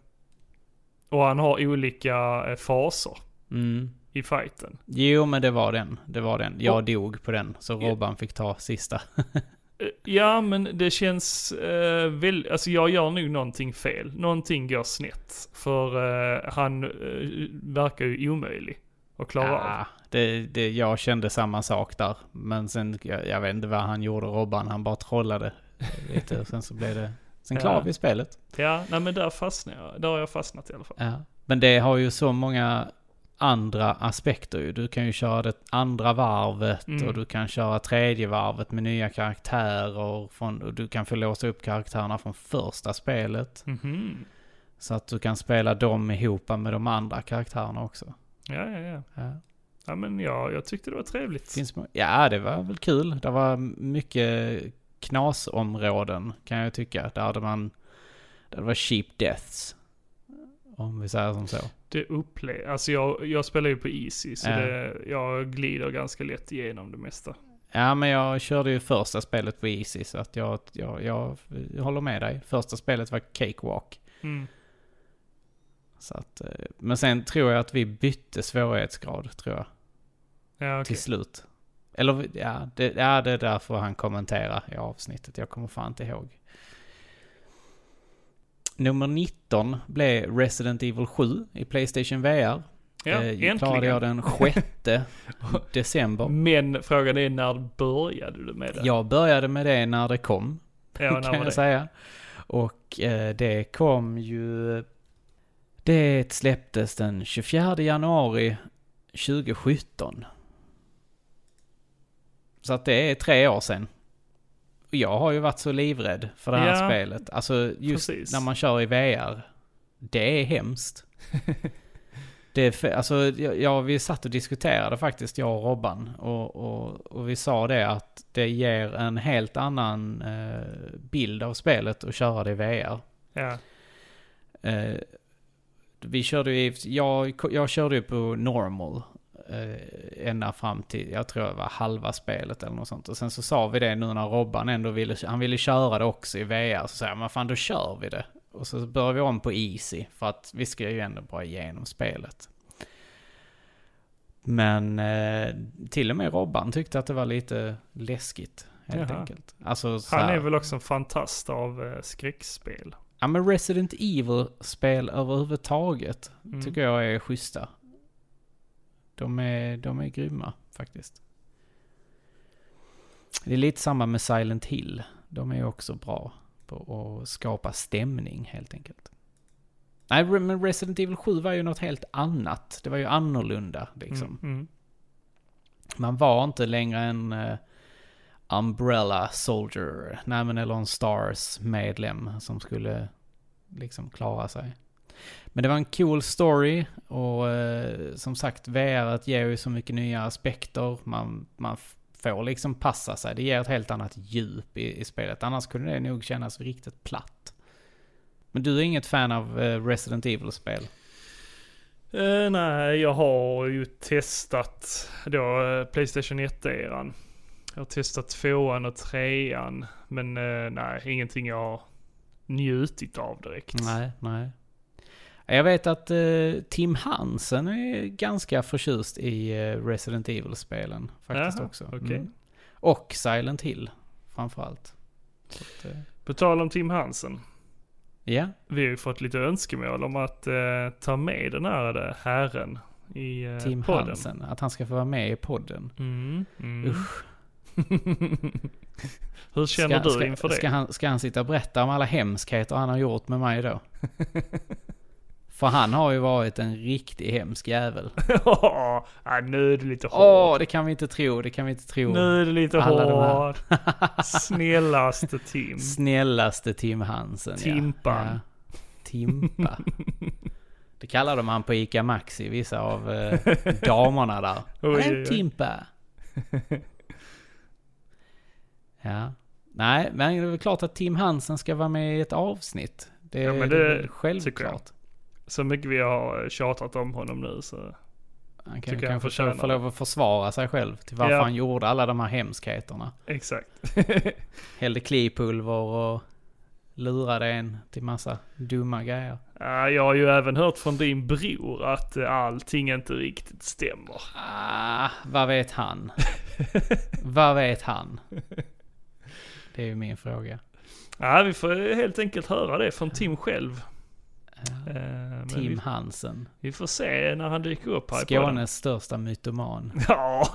och han har olika faser i fighten. Jo, men det var den. Jag dog på den, så Robban fick ta sista. Ja, men det känns alltså jag gör nog någonting fel. Någonting går snett. För han verkar ju omöjlig att klara av. jag kände samma sak där. Men sen, jag vet inte vad han gjorde, Robban. Han bara trollade lite och sen så blev det... Sen klarade vi spelet. Ja, nej men där fastnade jag. Där har jag fastnat i alla fall. Ja. Men det har ju så många andra aspekter ju. Du kan ju köra det andra varvet och du kan köra tredje varvet med nya karaktärer och du kan få låsa upp karaktärerna från första spelet. Så att du kan spela dem ihop med de andra karaktärerna också. Ja. Ja, men jag tyckte det var trevligt. Ja, det var väl kul. Det var mycket knasområden kan jag tycka. Där det var cheap deaths. Om vi säger som så. Det alltså jag spelar ju på easy så jag glider ganska lätt igenom det mesta. Ja, men jag körde ju första spelet på easy så att jag håller med dig. Första spelet var Cakewalk. Så att, men sen tror jag att vi bytte svårighetsgrad, tror jag. Ja, okay. Till slut. Eller det är därför han kommenterar i avsnittet. Jag kommer fan inte ihåg. Nummer 19 blev Resident Evil 7 i PlayStation VR. Ja, äntligen. Klarade jag den 6 december. Men frågan är, när började du med det? Jag började med det när det kom. Ja, kan jag säga. Och det kom ju... Det släpptes den 24 januari 2017. Så att det är 3 år sedan. Och jag har ju varit så livrädd för det här spelet. Alltså just när man kör i VR. Det är hemskt. Vi satt och diskuterade faktiskt, jag och Robban. Och vi sa det att det ger en helt annan bild av spelet att köra det i VR. Ja. Vi körde ju, jag körde ju på normal ända fram till, jag tror det var halva spelet eller något sånt. Och sen så sa vi det nu när Robban ändå ville köra det också i VR. Så sa jag, men fan då kör vi det. Och så började vi om på easy för att vi ska ju ändå bara igenom spelet. Men till och med Robban tyckte att det var lite läskigt helt enkelt. Alltså, han är väl också en fantast av skräckspel. Ja, men Resident Evil-spel överhuvudtaget tycker jag är schyssta. De är grymma faktiskt. Det är lite samma med Silent Hill. De är också bra på att skapa stämning helt enkelt. Nej, men Resident Evil 7 var ju något helt annat. Det var ju annorlunda liksom. Man var inte längre en Umbrella Soldier, eller en Stars medlem som skulle liksom klara sig. Men det var en cool story och som sagt, VR ger ju så mycket nya aspekter. Man får liksom passa sig. Det ger ett helt annat djup i spelet. Annars kunde det nog kännas riktigt platt. Men du är inget fan av Resident Evil-spel? Nej, jag har ju testat då PlayStation 1-eran. Jag har testat 2an och 3an. Men nej, ingenting jag har njutit av direkt. Nej. Jag vet att Tim Hansen är ganska förtjust i Resident Evil-spelen faktiskt. Jaha, också. Okay. Och Silent Hill framförallt. På tal om Tim Hansen. Ja. Vi har ju fått lite önskemål om att ta med den här herren i Tim podden. Hansen, att han ska få vara med i podden. Usch. Hur känner du inför det? Ska han sitta och berätta om alla hemskheter han har gjort med mig då? För han har ju varit en riktig hemsk jävel. Nu är det lite hård. Det kan vi inte tro. Nu är det lite hård. Snällaste Tim. Snällaste Tim Hansen. Timpan. Ja. Timpa. Det kallar de han på Ica Maxi, vissa av damerna där. En Timpa. Ja. Nej, men det är väl klart att Tim Hansen ska vara med i ett avsnitt. Det är självklart. Så mycket vi har tjatat om honom nu så han kan få lov att försvara sig själv till varför han gjorde alla de här hemskheterna. Exakt. Hällde klipulver och lurade en till massa dumma grejer. Jag har ju även hört från din bror att allting inte riktigt stämmer. Vad vet han? Vad vet han? Det är ju min fråga. Vi får helt enkelt höra det från Tim själv. Tim Hansen. Vi får se när han dyker upp här. Skånes största mytoman. Ja.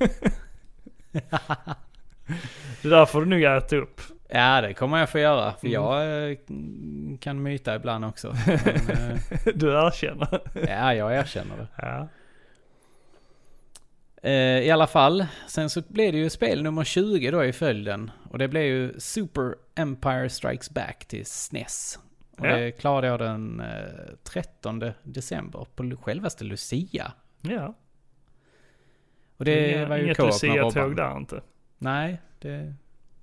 Det där får du nog äta upp. Ja, det kommer jag få göra. För jag kan myta ibland också. Men, du erkänner. Ja, jag erkänner det. Ja. I alla fall, sen så blev det ju spel nummer 20 då i följden. Och det blev ju Super Empire Strikes Back till SNES. Och det klarade jag den 13 december på självaste Lucia. Ja. Och det var ju inget Lucia-tåg där inte. Nej, det...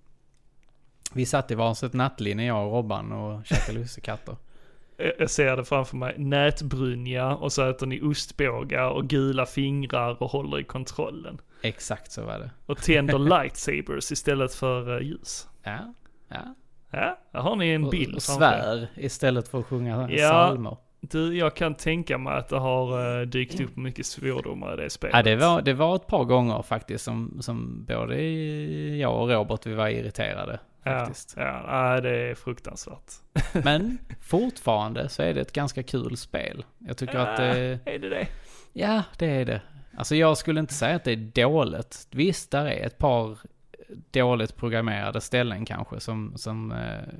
Vi satt i varsitt nattlinne, jag och Robban, och käkade lussekatter. Jag ser det framför mig. Nätbrynja och så äter ni ostbågar och gula fingrar och håller i kontrollen. Exakt så var det. Och tänder lightsabers istället för ljus. Ja. Ja, där har ni en bild. Och svär istället för att sjunga psalmer. Du, jag kan tänka mig att det har dykt upp mycket svordomar i det spelet. Ja, det var ett par gånger faktiskt som både jag och Robert, vi var irriterade. Faktiskt. Ja, det är fruktansvärt. Men fortfarande så är det ett ganska kul spel. Jag tycker att är det? Ja, det är det. Alltså jag skulle inte säga att det är dåligt. Visst, där är ett par dåligt programmerade ställen kanske som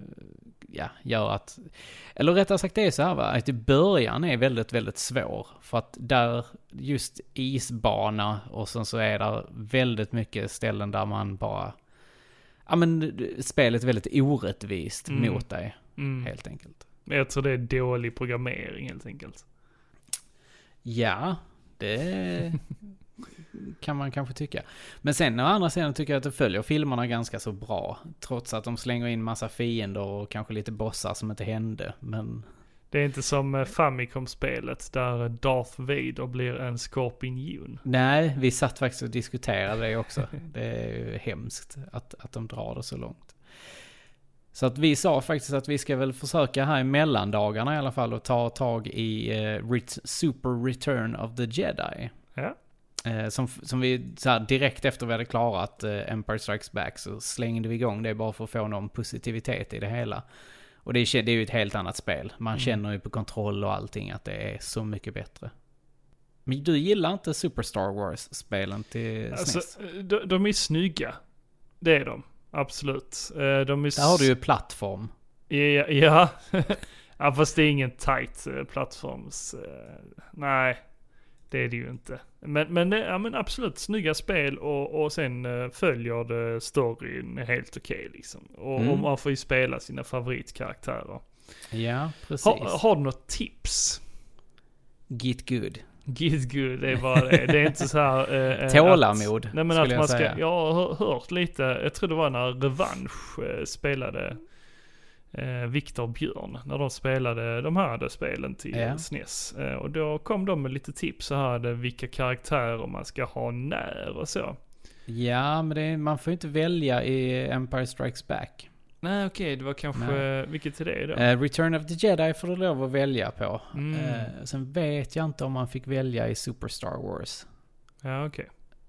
gör att, eller rättare sagt det är så här, va, att i början är väldigt, väldigt svår. För att där just isbana och sen så är där väldigt mycket ställen där man bara, ja men spelet är väldigt orättvist mot dig, helt enkelt. Jag tror det är dålig programmering helt enkelt. Ja, det kan man kanske tycka. Men sen å andra sidan tycker jag att det följer filmerna ganska så bra. Trots att de slänger in massa fiender och kanske lite bossar som inte hände. Men det är inte som Famicom-spelet där Darth Vader blir en skorpion. Nej, vi satt faktiskt och diskuterade det också. Det är ju hemskt att de drar det så långt. Så att vi sa faktiskt att vi ska väl försöka här i mellandagarna i alla fall och ta tag i Super Return of the Jedi. Ja. Som vi så här, direkt efter vi hade klarat Empire Strikes Back så slängde vi igång det bara för att få någon positivitet i det hela. Och det är ju ett helt annat spel. Man känner ju på kontroll och allting att det är så mycket bättre. Men du gillar inte Super Star Wars-spelen till SNES? Alltså, de är snygga. Det är de. Absolut. Där har du ju plattform. Ja. Ja, fast det är ingen tight plattforms. Nej, det är det ju inte. Men absolut snygga spel och sen följer det storyn helt okej liksom. Och man får ju spela sina favoritkaraktärer. Ja, precis. Har du något tips? Get good. Get good, det är bara det. Det är inte så här... tålamod, nej, men skulle att man jag säga. Jag har hört lite, jag tror det var när Revansch spelade Viktor Björn. När de spelade de här spelen till SNES. Och då kom de med lite tips så här, vilka karaktärer man ska ha när och så. Ja, men man får inte välja i Empire Strikes Back. Nej, okej, det var kanske... Vilket är det då? Return of the Jedi får du lov att välja på. Sen vet jag inte om man fick välja i Super Star Wars. Ja, okej.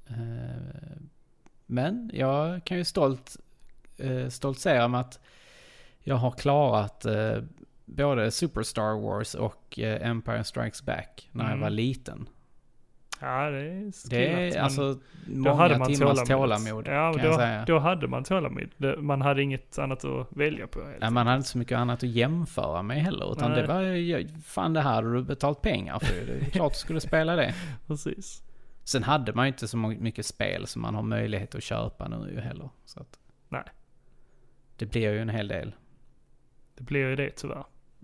Men jag kan ju stolt säga om att jag har klarat både Super Star Wars och Empire Strikes Back när jag var liten. Ja, det är alltså många timmars tålamod ja, kan jag säga. Då hade man tålamod. Man hade inget annat att välja på. Nej, man hade inte så mycket annat att jämföra med heller. Utan det var, fan det här hade du betalt pengar för. Det är klart du skulle spela det. Precis. Sen hade man ju inte så mycket spel som man har möjlighet att köpa nu ju heller. Så att, nej. Det blir ju en hel del. Det blir ju det tyvärr.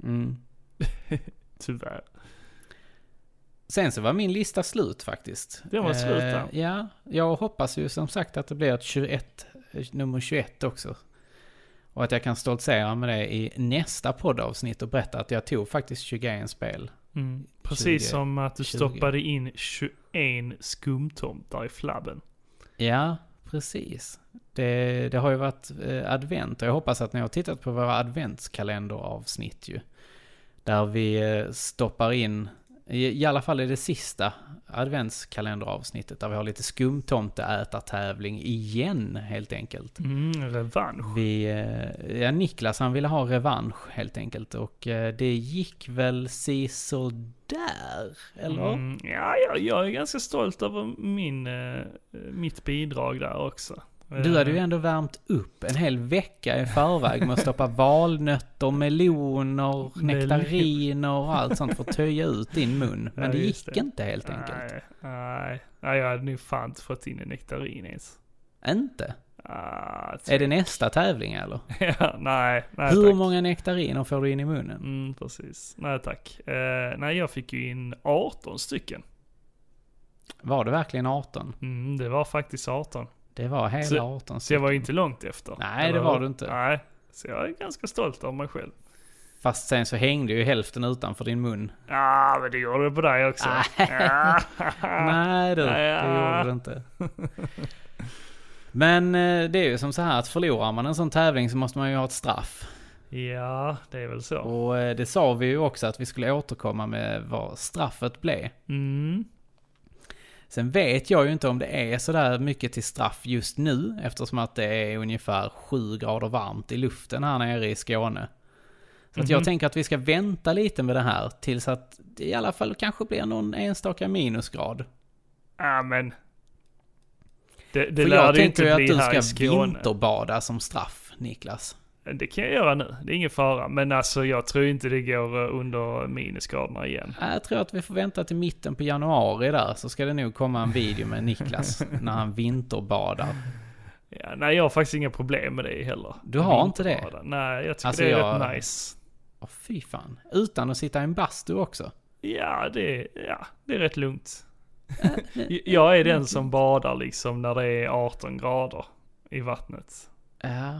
Tyvärr. Sen så var min lista slut faktiskt. Det var slut där. Ja, jag hoppas ju som sagt att det blir nummer 21 också. Och att jag kan stoltsera med det i nästa poddavsnitt och berätta att jag tog faktiskt 21 spel. Precis som att du stoppade in 21 skumtomtar i flabben. Ja, precis. Det har ju varit advent och jag hoppas att ni har tittat på våra adventskalenderavsnitt ju. Där vi stoppar in I alla fall är det sista adventskalenderavsnittet där vi har lite skumtomteätartävling igen helt enkelt. Revansch. Niklas han ville ha revansch helt enkelt och det gick väl så där, eller? Jag är ganska stolt över mitt bidrag där också. Du hade ju ändå värmt upp en hel vecka i förväg med att stoppa valnötter, meloner, nektariner och allt sånt för att töja ut din mun. Men det gick inte helt enkelt. Nej, jag hade nog fan inte fått in en nektarin ens. Inte? Är det nästa tävling eller? Ja, nej Hur tack. många nektariner får du in i munnen? Precis. Nej tack. Jag fick ju in 18 stycken. Var det verkligen 18? Det var faktiskt 18. Det var hela 18 Så jag var inte långt efter. Nej, det var du inte. Nej, så jag är ganska stolt av mig själv. Fast sen så hängde ju hälften utanför din mun. Ja, men det gjorde det på dig också. Nej, det gjorde det inte. Men det är ju som så här att förlorar man en sån tävling så måste man ju ha ett straff. Ja, det är väl så. Och det sa vi ju också att vi skulle återkomma med vad straffet blev. Sen vet jag ju inte om det är så där mycket till straff just nu eftersom att det är ungefär 7 grader varmt i luften här nere i Skåne. Så att jag tänker att vi ska vänta lite med det här tills att det i alla fall kanske blir någon enstaka minusgrad. Ja, men det för lär jag det inte tänker bli ju att här du i ska Skåne. vinterbada som straff, Niklas. Det kan jag göra nu, det är ingen fara. Men alltså jag tror inte det går under minusgraderna igen. Jag tror att vi får vänta till mitten på januari där så ska det nog komma en video med Niklas när han vinterbadar. Ja, nej, jag har faktiskt inga problem med det heller. Du har inte det? Nej, jag tycker alltså det är rätt nice. Fy fan. Utan att sitta i en bastu också? Ja, det är rätt lugnt. Jag är den som badar liksom när det är 18 grader i vattnet. Ja.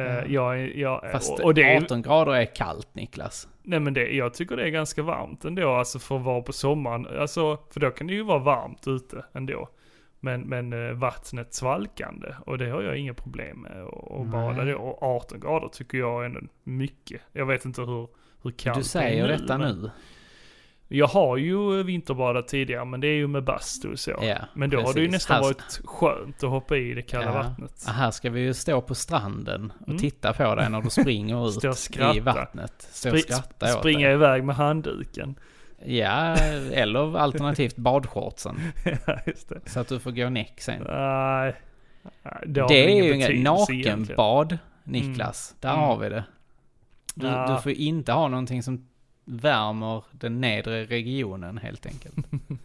Fast och det 18 grader är kallt, Niklas. Nej, men jag tycker det är ganska varmt ändå, alltså för att vara på sommaren. Alltså, för då kan det ju vara varmt ute ändå. Men vattnet svalkande, och det har jag inga problem med att bada det. Och 18 grader tycker jag är ändå mycket. Jag vet inte hur kallt du säger det är detta nu. Jag har ju vinterbadat tidigare, men det är ju med bastu och så. Ja, men då precis. har det ju nästan varit skönt att hoppa i det kalla vattnet. Här ska vi ju stå på stranden och titta på dig när du springer ut i vattnet. Springa iväg med handduken. Ja, eller alternativt badshortsen. Ja, just det. Så att du får gå näck sen. Nej. Det är ju inget nakenbad, Niklas. Där har vi det. Du får inte ha någonting som värmer den nedre regionen helt enkelt.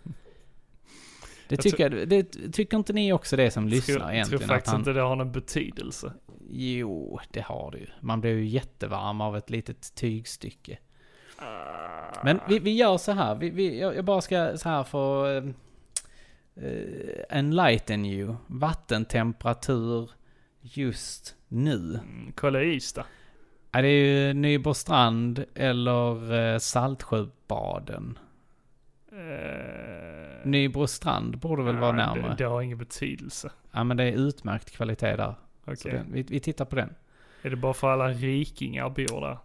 Det tycker inte ni också det som lyssnar egentligen? Jag tror faktiskt inte det har någon betydelse. Jo, det har det ju. Man blir ju jättevarm av ett litet tygstycke. Men vi gör så här. Jag bara ska så här få enlighten you. Vattentemperatur just nu. Kolla Ystad. Ja, det är ju Nyborgstrand eller Saltsjöbaden. Nyborgstrand borde väl vara närmare. Det har ingen betydelse. Ja, men det är utmärkt kvalitet där. Okay. Vi tittar på den. Är det bara för alla rikingar bor där?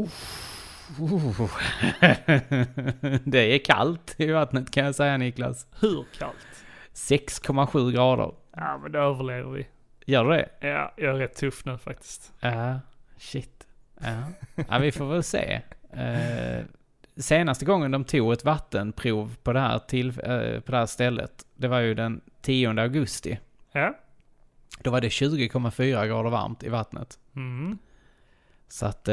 Det är kallt i vattnet kan jag säga, Niklas. Hur kallt? 6,7 grader. Ja, men då överlever vi. Gör du det? Ja, jag är rätt tuff nu faktiskt. Ja, shit. Ja, vi får väl se. Senaste gången de tog ett vattenprov på det här stället, det var ju den 10 augusti. Ja. Då var det 20,4 grader varmt i vattnet. Så att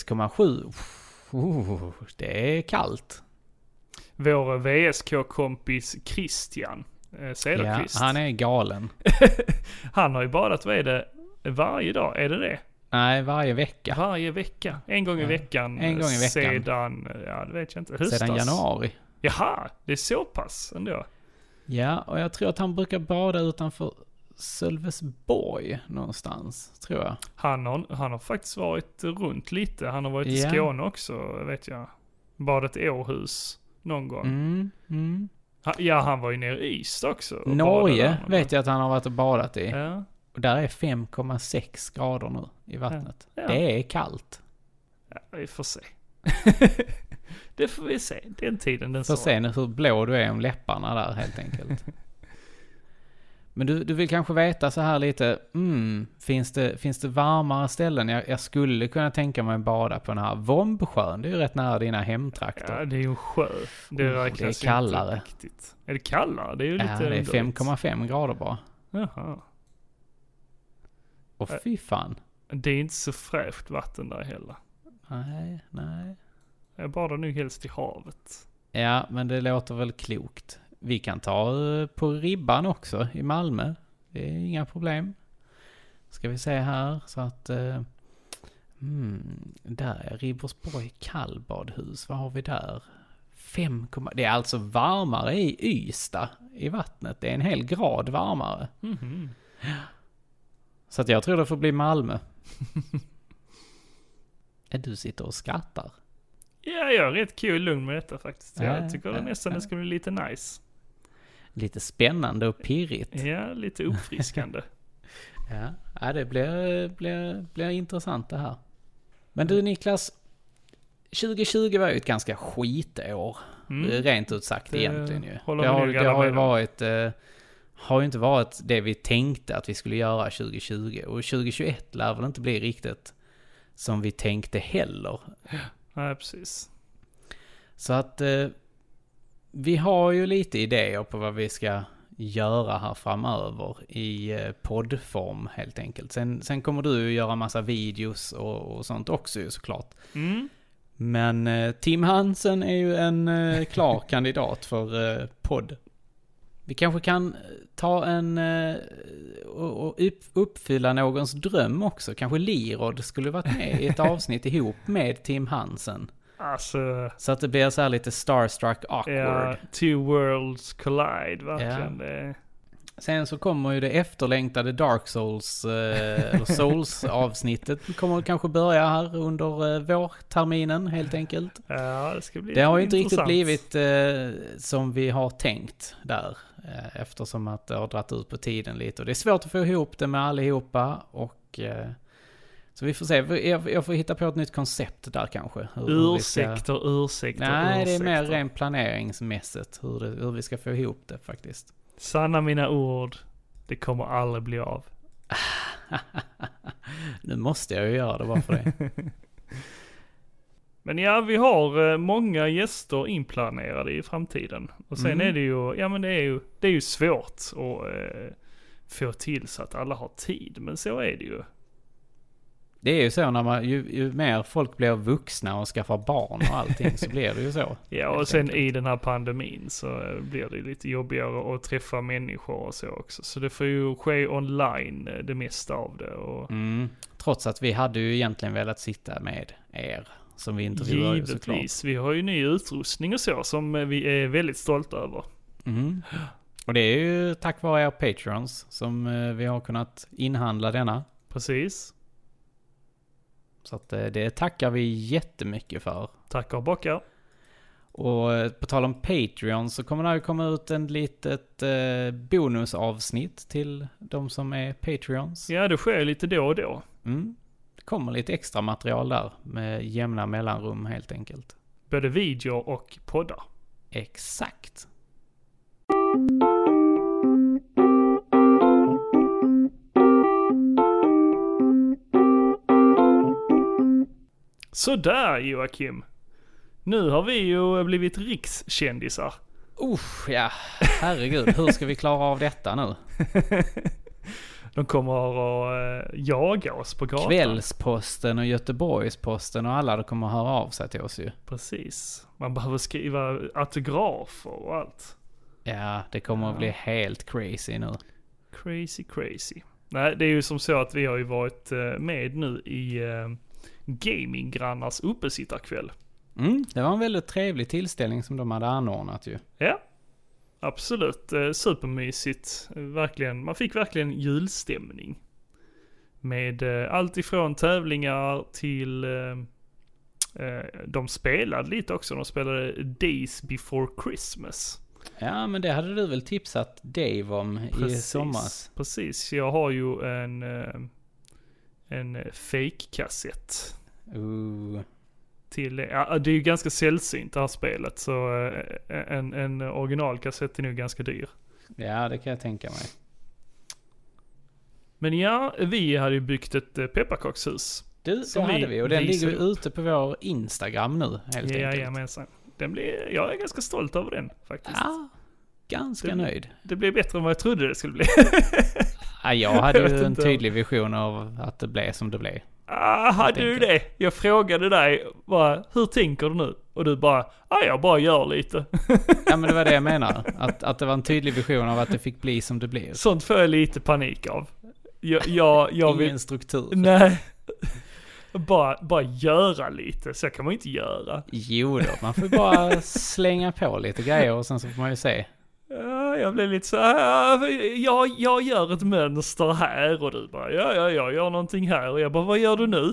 6,7, det är kallt. Vår VSK-kompis Christian Cederqvist. Ja, han är galen. Han har ju badat, vad är det, varje dag? Är det? Nej, varje vecka. Varje vecka. En gång i veckan. En gång i veckan. Sedan, det vet jag inte, höstas. Sedan januari. Jaha, det är så pass ändå. Ja, och jag tror att han brukar bada utanför Sölvesborg någonstans, tror jag. Han har faktiskt varit runt lite. Han har varit i Skåne också, vet jag. Badat i Århus någon gång. Han var ju nere i Ystad också. Norge vet jag att han har varit och badat i. Ja. Och där är 5,6 grader nu i vattnet. Ja. Det är kallt. Ja, vi får se. Det får vi se. Den tiden den får se hur blå du är om läpparna där helt enkelt. Men du vill kanske veta så här lite, finns det varmare ställen? Jag skulle kunna tänka mig bada på den här Vombsjön. Det är ju rätt nära dina hemtrakter. Ja, det är ju en sjö. Det är kallare. Inte riktigt. Är det kallare? Det är ju lite det är 5,5 grader bara. Jaha. Och fy fan. Det är inte så fräscht vatten där heller. Nej. Jag badar nu helst i havet. Ja, men det låter väl klokt. Vi kan ta på Ribban också i Malmö. Det är inga problem. Ska vi se här så att där är Ribersborg kallbadhus. Vad har vi där? Det är alltså varmare i Ystad i vattnet. Det är en hel grad varmare. Mm-hmm. Så att jag tror det får bli Malmö. Du sitter och skrattar. Ja, jag är rätt kul lugn med detta faktiskt. Jag tycker nästan det ska bli lite nice. Lite spännande och pirrigt. Ja, lite uppfriskande. Ja, det blir intressant det här. Men du Niklas, 2020 var ju ett ganska skitår. Rent ut sagt egentligen ju. Har ju inte varit det vi tänkte att vi skulle göra 2020. Och 2021 lär väl inte bli riktigt som vi tänkte heller. Ja, precis. Så att vi har ju lite idéer på vad vi ska göra här framöver i poddform helt enkelt. Sen kommer du göra massa videos och sånt också ju såklart. Men Tim Hansen är ju en klar kandidat för podd. Vi kanske kan ta och uppfylla någons dröm också. Kanske Lirod skulle varit med i ett avsnitt ihop med Tim Hansen. Alltså, så att det blir så här lite starstruck awkward. Ja, two worlds collide, verkligen. Ja. Sen så kommer ju det efterlängtade Dark Souls, eller Souls-avsnittet. Kommer kanske börja här under vårterminen helt enkelt. Ja, det ska bli det har ju inte riktigt blivit som vi har tänkt där. Eftersom att det har dratt ut på tiden lite. Och det är svårt att få ihop det med allihopa. Och så vi får se. Jag får hitta på ett nytt koncept där kanske. Ursäkter. Nej, det är mer rent planeringsmässigt. Hur vi ska få ihop det faktiskt. Sanna mina ord. Det kommer aldrig bli av. Nu måste jag ju göra det bara för det. Men ja, vi har många gäster inplanerade i framtiden. Och sen är det ju, det är ju svårt att få till så att alla har tid. Men så är det ju. Det är ju så när man, ju mer folk blir vuxna och skaffar barn och allting så blir det ju så. Ja, och sen i den här pandemin så blir det lite jobbigare att träffa människor och så också. Så det får ju ske online det mesta av det. Och trots att vi hade ju egentligen velat sitta med er som vi intervjuar. Givetvis, vi har ju ny utrustning och så som vi är väldigt stolta över. Och det är ju tack vare er Patreons som vi har kunnat inhandla denna. Precis. Så att det tackar vi jättemycket för. Tackar och bockar. Och på tal om Patreon så kommer det ju komma ut en litet bonusavsnitt till de som är Patreons. Ja, det sker lite då och då. Det kommer lite extra material där med jämna mellanrum helt enkelt. Både video och poddar. Exakt. Så där Joakim. Nu har vi ju blivit rikskändisar. Ja, herregud. Hur ska vi klara av detta nu? De kommer att jaga oss på gatan. Kvällsposten och Göteborgsposten och alla kommer att höra av sig till oss ju. Precis. Man behöver skriva autografer och allt. Ja, det kommer att bli helt crazy nu. Crazy. Nej, det är ju som så att vi har ju varit med nu i Gaminggrannars uppesittarkväll. Det var en väldigt trevlig tillställning som de hade anordnat ju. Ja, absolut. Supermysigt. Verkligen. Man fick verkligen julstämning. Med allt ifrån tävlingar till de spelade lite också. De spelade Days Before Christmas. Ja, men det hade du väl tipsat Dave om i somras. Precis. Jag har ju en fake-kassett. till det. Ja, det är ju ganska sällsynt det här spelet, så en originalkassett är nu ganska dyr. Ja, det kan jag tänka mig. Men ja, vi hade ju byggt ett pepparkakshus. Det hade vi, och den ligger ute på vår Instagram nu, helt enkelt. Jajamensan. Jag är ganska stolt över den, faktiskt. Ja, ganska nöjd. Det blev bättre än vad jag trodde det skulle bli. Ja, jag hade ju en tydlig vision av att det blev som det blev. Hade du det? Jag frågade dig bara, hur tänker du nu? Och du bara, jag bara gör lite. Ja, men det var det jag menar. Att det var en tydlig vision av att det fick bli som det blev. Sånt får jag lite panik av. Jag Ingen struktur. Nej. Bara göra lite, så kan man inte göra. Jo då, man får bara slänga på lite grejer och sen så får man ju se. Ja, jag blev lite så här, jag gör ett mönster här och du bara, jag gör någonting här och jag bara, vad gör du nu?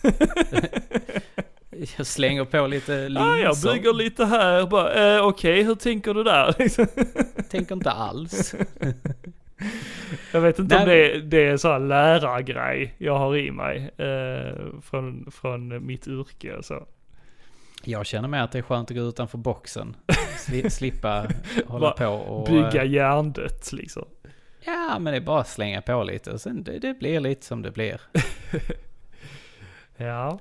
Jag slänger på lite linser. Jag bygger lite här, bara, okej, hur tänker du där? Tänker inte alls. Jag vet inte om det är en sån här lärargrej jag har i mig från mitt yrke och så. Jag känner med att det är skönt att gå utanför boxen. Slippa hålla på och bygga hjärndött liksom. Ja, men det är bara att slänga på lite och sen det blir lite som det blir. Ja.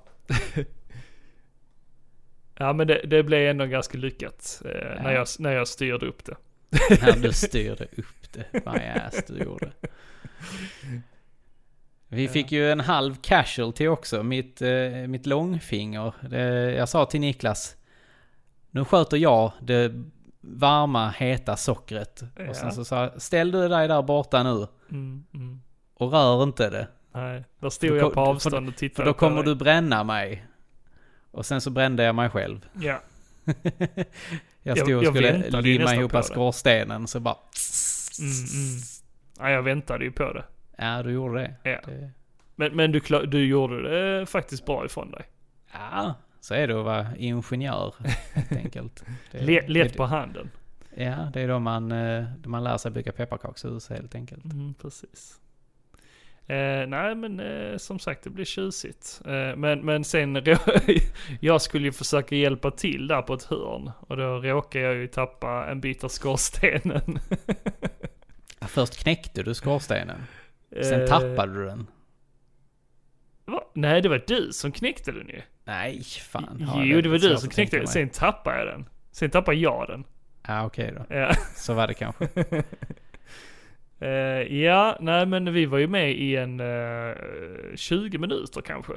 Ja, men det blev ändå ganska lyckat när jag styrde upp det. När du styrde upp det. Vad du gjorde. Vi fick ju en halv casualty också. Mitt långfinger. Jag sa till Niklas, nu sköter jag det varma, heta sockret. Och sen så sa jag, ställ du dig där borta nu. Och rör inte det. Nej, där stod jag på avstånd och tittade. För då kommer du bränna mig. Och sen så brände jag mig själv. Ja. Jag stod och skulle limma ihop skorstenen så bara... Ja, jag väntade ju på det. Ja, du gjorde det. Ja. Men du gjorde det faktiskt bra ifrån dig. Ja, så är det att vara ingenjör, helt enkelt. Lätt på handen. Ja, det är då man lär sig bygga pepparkakshus, helt enkelt. Precis. Nej, men som sagt, det blir tjusigt. Men sen, jag skulle ju försöka hjälpa till där på ett hörn. Och då råkade jag ju tappa en bit av skorstenen. Först knäckte du skorstenen. Sen tappade du den. Va? Nej, det var du som knäckte den ju. Nej, fan. Jo, det var du som knäckte den. Sen tappade jag den. Sen tappade jag den. Ja, okej då. Ja. Så var det kanske. Ja, nej, men vi var ju med i 20 minuter kanske.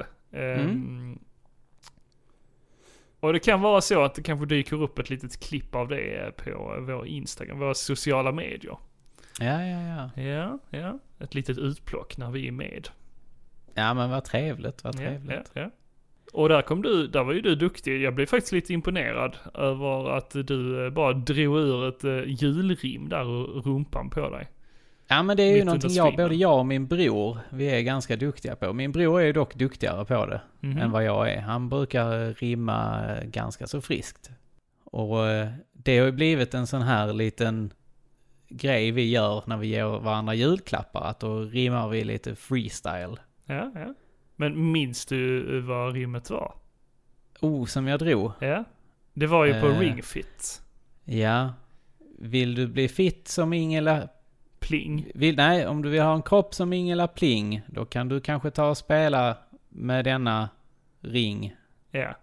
Och det kan vara så att det kanske dyker upp ett litet klipp av det på vår Instagram, våra sociala medier. Ja. Ett litet utplock när vi är med. Ja, men vad trevligt. Ja. Och där var ju du duktig. Jag blev faktiskt lite imponerad över att du bara drog ur ett julrim där och rumpan på dig. Ja, men det är ju någonting både jag och min bror, vi är ganska duktiga på. Min bror är ju dock duktigare på det än vad jag är. Han brukar rimma ganska så friskt. Och det har ju blivit en sån här liten grej vi gör när vi ger varandra julklappar. Att då rimmar vi lite freestyle. Ja. Men minns du vad rimmet var? Som jag drog? Ja. Det var ju på Ring Fit. Ja. Vill du bli fit som Ingela Pling? Nej, om du vill ha en kropp som Ingela Pling, då kan du kanske ta och spela med denna ring. Ja.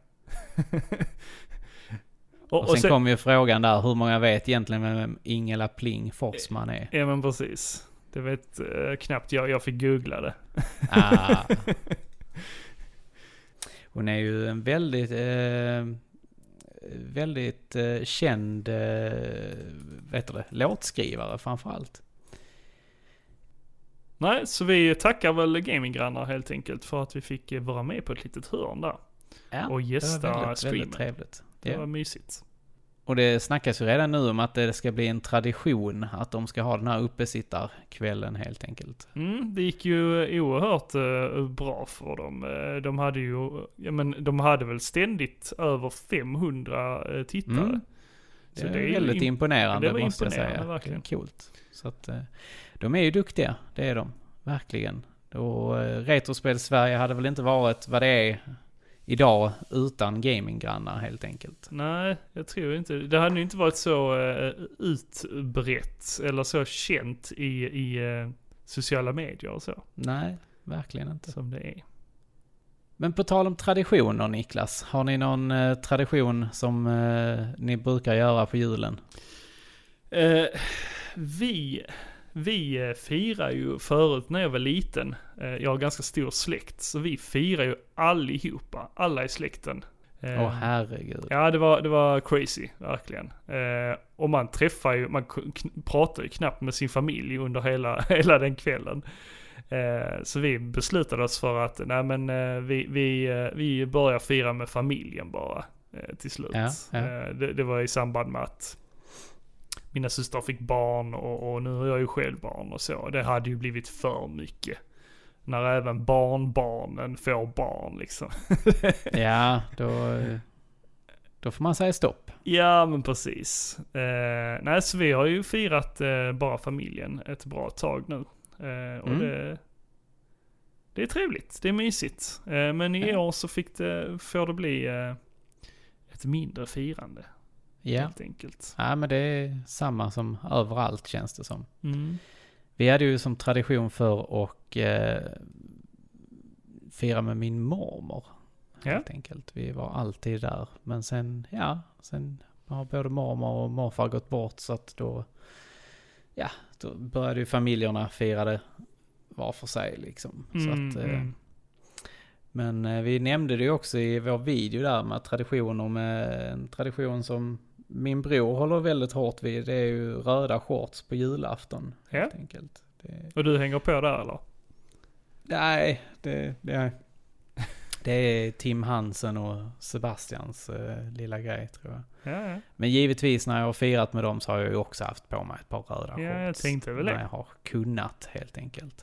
och sen kommer ju frågan där, hur många vet egentligen vem Ingela Pling Forsman är? Ja, men precis. Det vet knappt jag fick googla det. Hon är ju en väldigt känd låtskrivare framförallt. Nej, så vi tackar väl gaminggrannar helt enkelt för att vi fick vara med på ett litet hörn där. Ja, och gästa streamen. Väldigt trevligt. Det var mysigt. Och det snackas ju redan nu om att det ska bli en tradition att de ska ha den här uppesittarkvällen helt enkelt. Det gick ju oerhört bra för dem. De hade väl ständigt över 500 tittare. Det är väldigt imponerande, det var måste jag säga. Verkligen. Det är coolt. Så att de är ju duktiga, det är de. Verkligen. Och Retrospel Sverige hade väl inte varit vad det är idag utan gaminggrannar helt enkelt. Nej, jag tror inte. Det hade ju inte varit så utbrett eller så känt i sociala medier och så. Nej, verkligen inte. Som det är. Men på tal om traditioner, Niklas. Har ni någon tradition som ni brukar göra på julen? Vi firar ju förut när jag var liten. Jag har ganska stor släkt. Så vi firar ju allihopa. Alla i släkten. Herregud. Ja, det var crazy, verkligen. Och man pratar ju knappt med sin familj under hela den kvällen. Så vi beslutade oss för att vi börjar fira med familjen bara till slut. Ja. Det var i samband med att mina systrar fick barn och nu har jag ju själv barn och så. Det hade ju blivit för mycket. När även barnbarnen får barn liksom. Ja, då får man säga stopp. Ja, men precis. Så vi har ju firat bara familjen ett bra tag nu. Och det är trevligt. Det är mysigt. Men i år så får det bli ett mindre firande. Ja. Helt enkelt. Ja, men det är samma som överallt känns det som. Mm. Vi hade ju som tradition för att fira med min mormor. Helt enkelt. Vi var alltid där. Men sen har både mormor och morfar gått bort så att då började ju familjerna fira det var för sig liksom. Men vi nämnde det ju också i vår video där med traditioner, med en tradition som min bror håller väldigt hårt vid. Det är ju röda shorts på julafton helt enkelt. Och du hänger på där eller? Nej, det är Tim Hansen och Sebastians lilla grej tror jag. Ja. Men givetvis när jag har firat med dem så har jag ju också haft på mig ett par röda shorts. Ja, jag tänkte väl det. När jag har kunnat helt enkelt.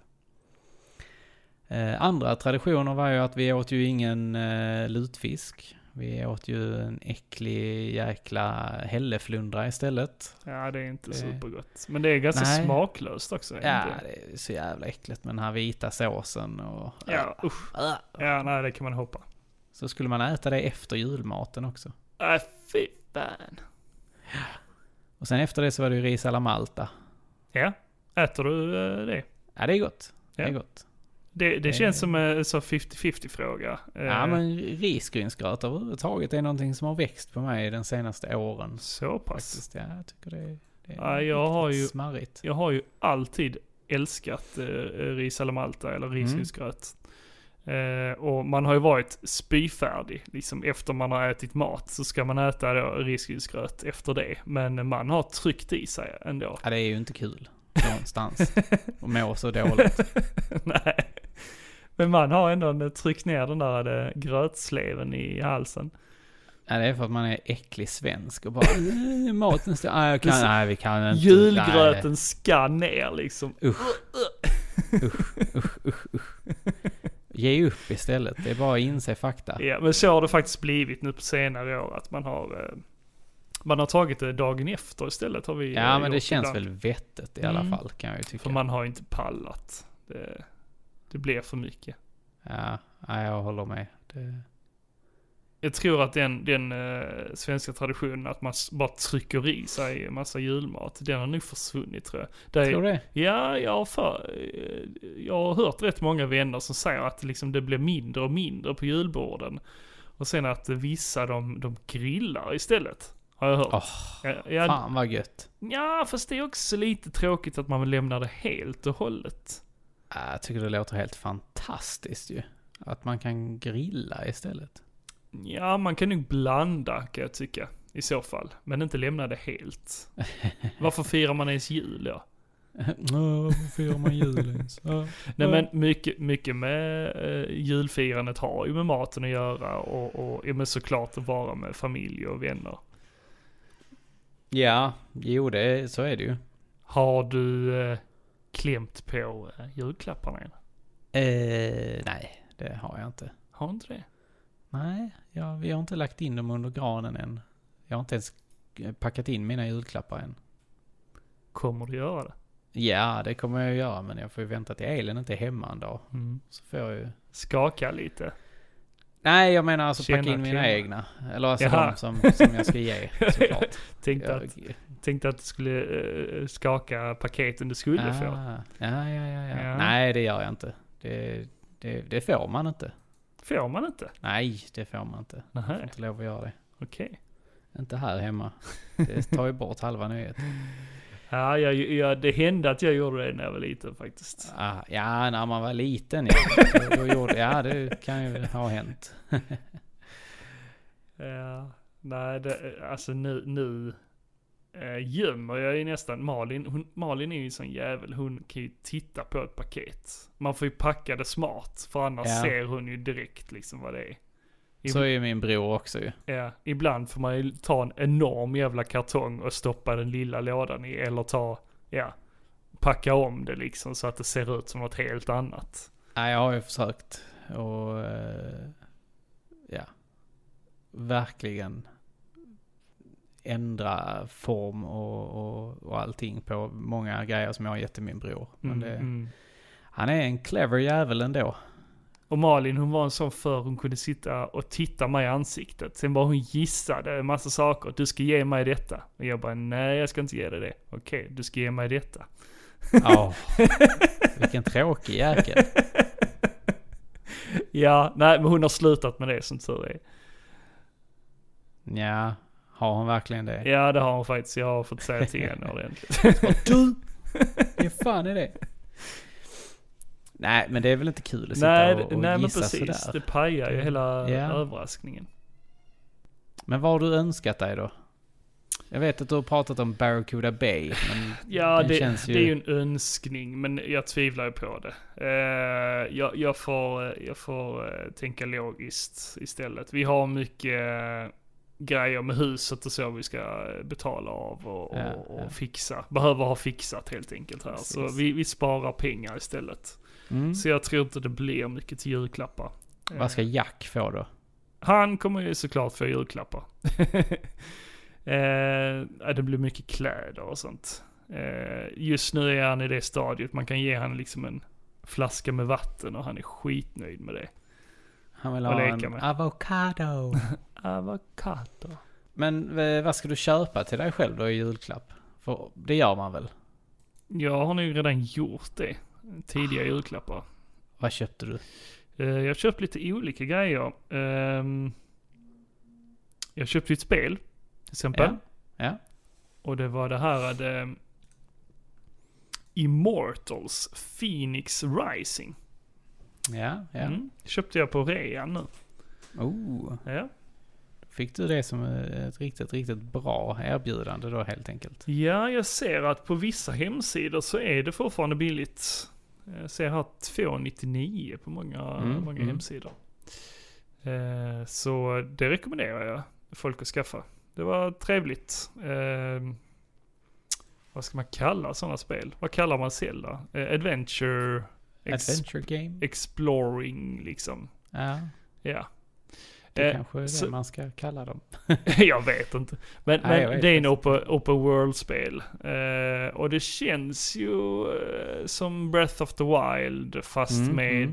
Andra traditioner var ju att vi åt ju ingen lutfisk. Vi åt ju en äcklig jäkla hälleflundra istället. Ja, det är inte supergott. Men det är ganska smaklöst också. Ja, det är så jävla äckligt med den här vita såsen. Och, usch. Ja, nej, det kan man hoppa. Så skulle man äta det efter julmaten också. Fy fan. Och sen efter det så var det ju ris alla Malta. Ja, äter du det? Ja, det är gott. Det är gott. Det känns som en så 50-50 fråga. Ja, men risgrynsgröt överhuvudtaget är någonting som har växt på mig de senaste åren. Så pass. Faktiskt, ja, jag tycker det är smarrigt. Jag har ju alltid älskat ris alla Malta eller risgrynsgröt. Och man har ju varit spyfärdig. Liksom efter man har ätit mat så ska man äta risgrynsgröt efter det. Men man har tryckt i sig ändå. Ja, det är ju inte kul. Någonstans. Och må så dåligt. Nej. Men man har ändå tryckt ner den där grötsleven i halsen. Ja, det är för att man är äcklig svensk och bara maten vi kan inte. Julgröten ska ner liksom. Usch. Ge upp istället. Det är bara att inse fakta. Ja, men så har det faktiskt blivit nu på senare år att man har tagit det dagen efter istället har vi. Ja, men det känns väl vettigt i alla fall kan jag ju tycka. För man har inte pallat. Det blir för mycket. Ja, jag håller med. Jag tror att den svenska traditionen att man bara trycker i sig en massa julmat, den har nu försvunnit tror jag. Tror du det? Ja, jag har hört rätt många vänner som säger att liksom det blir mindre och mindre på julborden. Och sen att vissa de grillar istället. Har jag hört. Fan vad gött. Ja, fast det är också lite tråkigt att man lämnar det helt och hållet. Jag tycker det låter helt fantastiskt ju. Att man kan grilla istället. Ja, man kan nog blanda kan jag tycka. I så fall. Men inte lämna det helt. Varför firar man ens jul då? Varför firar man jul ens? Nej men mycket med julfirandet har ju med maten att göra. Och men såklart att vara med familj och vänner. Ja, jo så är det ju. Har du klämt på julklapparna än? Nej, det har jag inte. Har du inte det? Nej, vi har inte lagt in dem under granen än. Jag har inte ens packat in mina julklappar än. Kommer du göra det? Ja, det kommer jag göra, men jag får ju vänta till Elin inte är hemma en dag. Så får jag ju... Skaka lite. Nej, jag menar alltså packa in mina egna. Eller alltså de som jag ska ge, såklart. Tänkte att du skulle skaka paketen du skulle få. Ja. Nej, det gör jag inte. Det får man inte. Får man inte? Nej, det får man inte. Nej. Får inte lov att göra det. Okej. Inte här hemma. Det tar ju bort halva nöjet. Ja, det hände att jag gjorde det när jag var liten faktiskt. Ja, när man var liten. Ja, det kan ju ha hänt. Ja, nej, alltså nu gömmer jag ju nästan Malin är ju en sån jävel. Hon kan ju titta på ett paket. Man får ju packa det smart, för annars ser hon ju direkt liksom vad det är. Så är ju min bror också ju. Ja, ibland får man ju ta en enorm jävla kartong och stoppa den lilla lådan i, eller packa om det liksom så att det ser ut som något helt annat. Nej, jag har ju försökt och verkligen ändra form och allting på många grejer som jag har gett till min bror. Men han är en clever jävel ändå. Och Malin, hon var en sån hon kunde sitta och titta mig i ansiktet. Sen var hon gissade en massa saker. Du ska ge mig detta. Och jag bara, nej jag ska inte ge dig det. Okej, du ska ge mig detta. Ja, vilken tråkig jäkel. Ja, nej men hon har slutat med det som tur är. Ja, har hon verkligen det? Ja, det har hon faktiskt. Jag har fått säga till henne ordentligt. Du! Vad fan är det? Nej, men det är väl inte kul att sitta och gissa men precis, sådär. Det pajar ju hela överraskningen. Men vad har du önskat dig då? Jag vet att du har pratat om Barracuda Bay. Men ja, det är ju en önskning, men jag tvivlar ju på det. Jag får tänka logiskt istället. Vi har mycket grejer med huset och så vi ska betala av och fixa. Behöver ha fixat helt enkelt här. Precis. Så vi sparar pengar istället. Så jag tror inte det blir mycket till julklappar. Vad ska Jack få då? Han kommer ju såklart få julklappar. Det blir mycket kläder och sånt. Just nu är han i det stadiet. Man kan ge han liksom en flaska med vatten och han är skitnöjd med det. Han vill ha en avokado. Avokado. Men vad ska du köpa till dig själv då i julklapp? För det gör man väl? Jag har nog redan gjort det. Tidiga julklappar. Vad köpte du? Jag köpte lite olika grejer. Jag köpte ett spel till exempel. Ja. Och det var det här Immortals Phoenix Rising. Ja. Köpte jag på rean nu. Ja. Fick du det som ett riktigt, riktigt bra erbjudande då helt enkelt? Ja, jag ser att på vissa hemsidor så är det fortfarande billigt. Jag ser här 2,99 på många hemsidor. Så det rekommenderar jag folk att skaffa. Det var trevligt. Vad ska man kalla sådana spel? Vad kallar man Zelda? Adventure game? Exploring liksom. Ja. Det kanske är det man ska kalla dem. Jag vet inte. Men det är en open world-spel. Och det känns ju som Breath of the Wild fast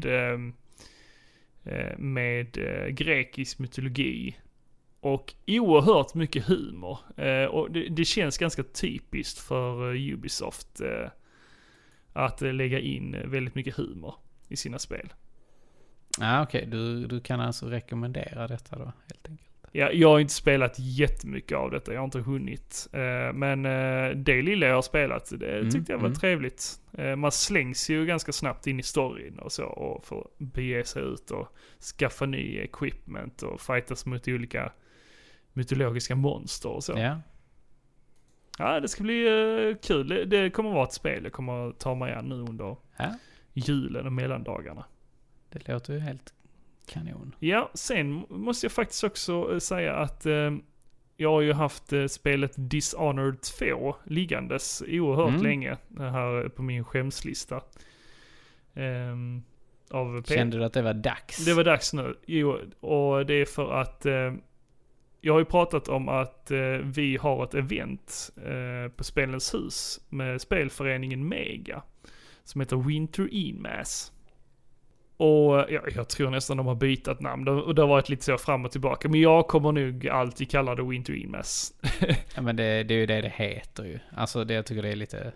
med grekisk mytologi. Och oerhört mycket humor. Och det känns ganska typiskt för Ubisoft att lägga in väldigt mycket humor i sina spel. Okej. Du kan alltså rekommendera detta då, helt enkelt. Ja, jag har inte spelat jättemycket av detta. Jag har inte hunnit. Men det lilla jag har spelat, det tyckte jag var trevligt. Man slängs ju ganska snabbt in i storyn och så. Och får bege sig ut och skaffa ny equipment och fightas mot olika mytologiska monster och så. Ja, det ska bli kul. Det kommer vara ett spel. Det kommer ta mig an nu under julen och mellandagarna. Det låter ju helt kanon. Ja, sen måste jag faktiskt också säga att jag har ju haft spelet Dishonored 2 liggandes oerhört länge här på min skämslista. Kände du att det var dags? Det var dags nu. Jo, och det är för att jag har ju pratat om att vi har ett event på Spelens hus med spelföreningen Mega som heter Winter in Mass. Och jag tror nästan de har bytt namn. Och det har varit lite så fram och tillbaka. Men jag kommer nog alltid kalla det Winter Inmass. Ja, men det är ju det heter ju. Alltså jag tycker det är lite...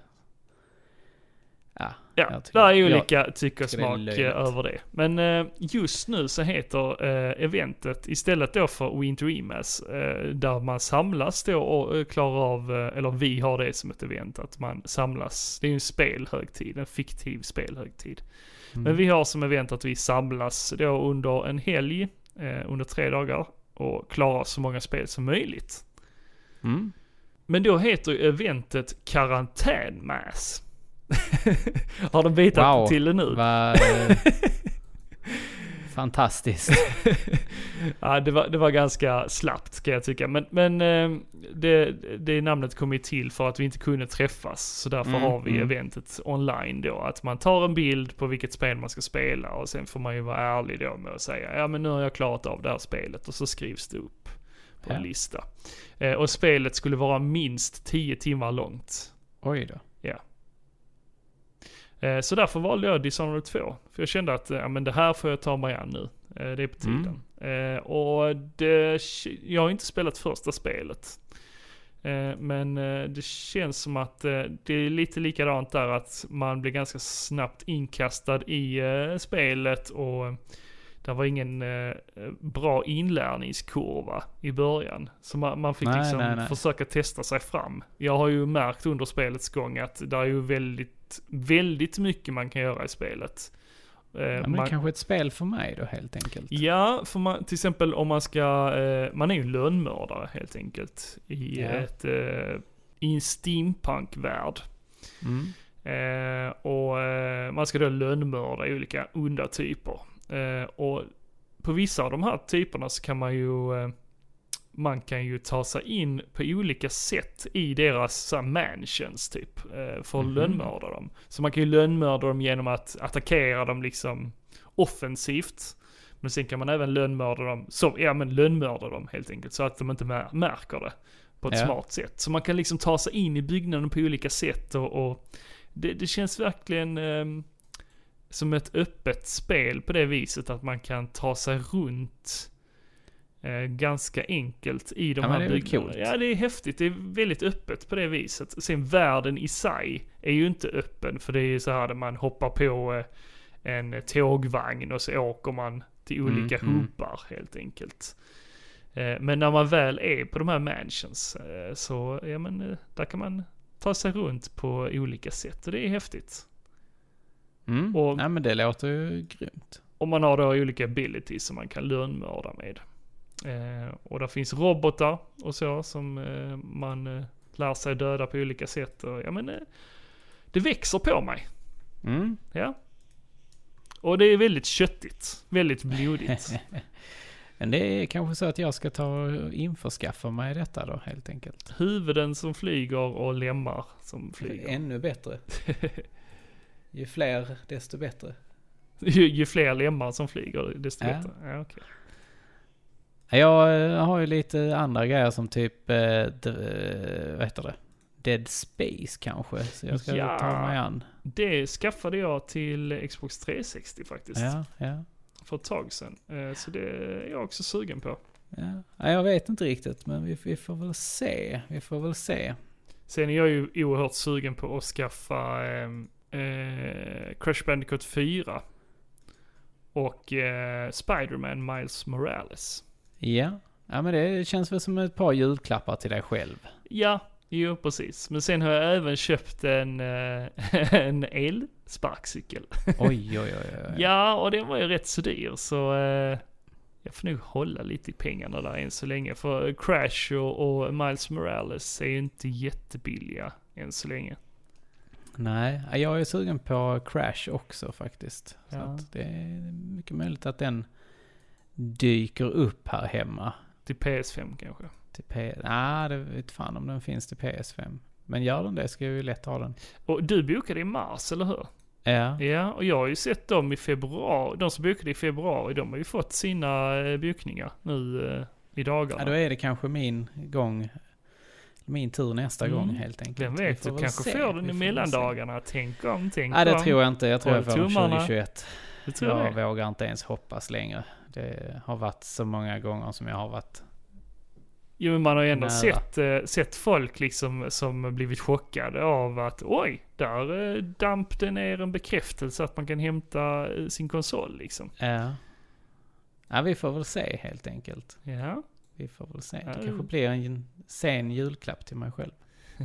Ja, det är ju olika tyck och smak över det. Men just nu så heter eventet istället då för Winter Inmass, där man samlas då och klarar av, eller vi har det som ett event, att man samlas. Det är ju en spelhögtid, en fiktiv spelhögtid. Men vi har som event att vi samlas då under en helg, under 3 dagar, och klarar så många spel som möjligt. Men då heter ju eventet Karantänmass. Har de bytt till det nu? Fantastiskt. Ja, det var ganska slappt kan jag tycka. Men det namnet kom ju till för att vi inte kunde träffas. Så därför har vi eventet online då. Att man tar en bild på vilket spel man ska spela. Och sen får man ju vara ärlig då med att säga, ja men nu har jag klarat av det här spelet. Och så skrivs det upp på en lista. Och spelet skulle vara minst 10 timmar långt. Oj då. Ja. Så därför valde jag Dishonored 2. För jag kände att men det här får jag ta mig an nu. Det är på tiden. Och jag har inte spelat första spelet. Men det känns som att det är lite likadant där, att man blir ganska snabbt inkastad i spelet. Och det var ingen bra inlärningskurva i början. Så man fick försöka testa sig fram. Jag har ju märkt under spelets gång att det är ju väldigt mycket man kan göra i spelet. Men det är kanske ett spel för mig då helt enkelt. Ja, för till exempel om man ska... man är ju en lönnmördare helt enkelt. I en steampunk-värld. Och man ska då lönnmörda i olika undertyper. Och på vissa av de här typerna så kan man kan ju ta sig in på olika sätt i deras mansions typ, för att lönnmörda dem. Så man kan ju lönnmörda dem genom att attackera dem liksom offensivt. Men sen kan man även lönnmörda dem helt enkelt, så att de inte märker det på ett smart sätt. Så man kan liksom ta sig in i byggnaden på olika sätt och det känns verkligen som ett öppet spel på det viset att man kan ta sig runt ganska enkelt i de här byggnaderna. Ja, det är häftigt. Det är väldigt öppet på det viset. Sen världen i sig är ju inte öppen, för det är ju så här att man hoppar på en tågvagn och så åker man till olika hubbar helt enkelt. Men när man väl är på de här mansions så där kan man ta sig runt på olika sätt, och det är häftigt. Nej, men det låter ju grymt. Och man har då olika abilities som man kan lönnmörda med. Och där finns robotar och så som man lär sig döda på olika sätt. Och, det växer på mig. Ja. Och det är väldigt köttigt. Väldigt blodigt. Men det är kanske så att jag ska ta och införskaffa mig detta då helt enkelt. Huvuden som flyger och lemmar som flyger. Ännu bättre. Ju fler desto bättre. Ju fler lemmar som flyger desto bättre. Ja, okay. Jag har ju lite andra grejer som typ vad heter det? Dead Space kanske. Så jag ska ta mig an. Det skaffade jag till Xbox 360 faktiskt. Ja. För ett tag sedan. Så det är jag också sugen på. Ja, jag vet inte riktigt, men vi får väl se. Sen är jag ju oerhört sugen på att skaffa Crash Bandicoot 4 och Spider-Man Miles Morales. Ja, men det känns väl som ett par julklappar till dig själv. Ja, jo precis. Men sen har jag även köpt en elsparkcykel. Oj. Ja, och den var ju rätt så dyr, så jag får nog hålla lite i pengarna där än så länge. För Crash och Miles Morales är ju inte jättebilliga än så länge. Nej, jag är sugen på Crash också faktiskt. Så att det är mycket möjligt att den dyker upp här hemma. Till PS5 kanske? Det vet fan om den finns till PS5. Men gör den det ska jag ju lätt ha den. Och du bokade i mars, eller hur? Ja. Ja, och jag har ju sett dem i februari. De som bokade i februari, de har ju fått sina bokningar nu i dagarna. Ja, då är det kanske min tur nästa gång helt enkelt. Vem vet, du kanske får den i mellandagarna. Tänk om. Nej, det tror jag inte. Jag tror jag får 2021. Det tror jag. Jag vågar inte ens hoppas längre. Det har varit så många gånger som jag har varit. Jo, men man har ju ändå sett folk liksom som blivit chockade av att oj, där damp det ner en bekräftelse att man kan hämta sin konsol liksom. Ja, vi får väl se helt enkelt. Ja. Vi får väl se. Det kanske blir en sen julklapp till mig själv.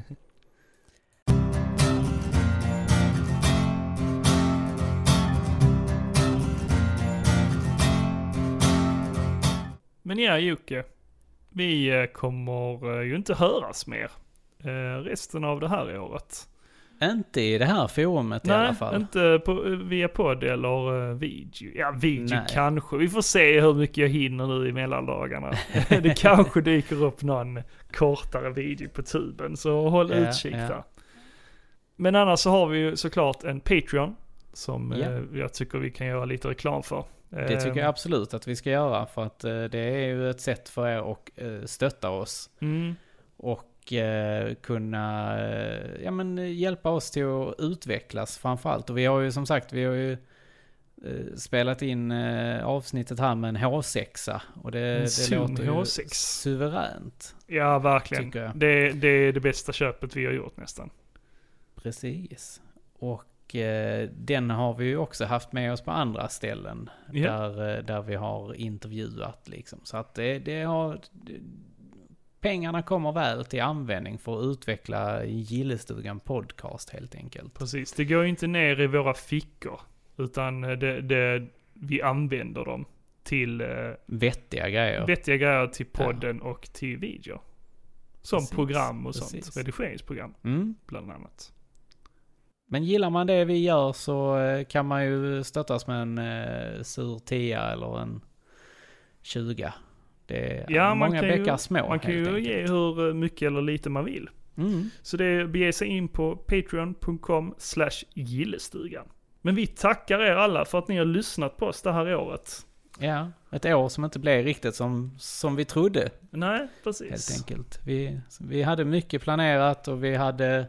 Men ja, Jocke. Vi kommer ju inte höras mer resten av det här året. Inte i det här forumet. Nej, i alla fall. Inte via podd eller video. Ja, video kanske. Vi får se hur mycket jag hinner nu i mellandagarna. Det kanske dyker upp någon kortare video på tuben, så håll utkik där. Men annars så har vi ju såklart en Patreon som jag tycker vi kan göra lite reklam för. Det tycker jag absolut att vi ska göra, för att det är ju ett sätt för er att stötta oss. Och kunna hjälpa oss till att utvecklas framförallt. Och vi har ju som sagt, spelat in avsnittet här med en H6. Och det låter H6 ju suveränt. Ja, verkligen. Det är det bästa köpet vi har gjort nästan. Precis. Och den har vi ju också haft med oss på andra ställen. Där vi har intervjuat liksom. Så att pengarna kommer väl till användning för att utveckla Gillestugan podcast helt enkelt. Precis, det går inte ner i våra fickor, utan vi använder dem till vettiga grejer. Vettiga grejer till podden och till video. Som program och sånt. Redigeringsprogram bland annat. Men gillar man det vi gör så kan man ju stöttas med en sur 10 eller en 20. Det är många bäckar små. Man kan ju ge hur mycket eller lite man vill. Så det beger sig in på patreon.com/gillestugan. Men vi tackar er alla för att ni har lyssnat på oss det här året. Ja, ett år som inte blev riktigt som vi trodde. Nej, precis. Helt enkelt. Vi hade mycket planerat och vi hade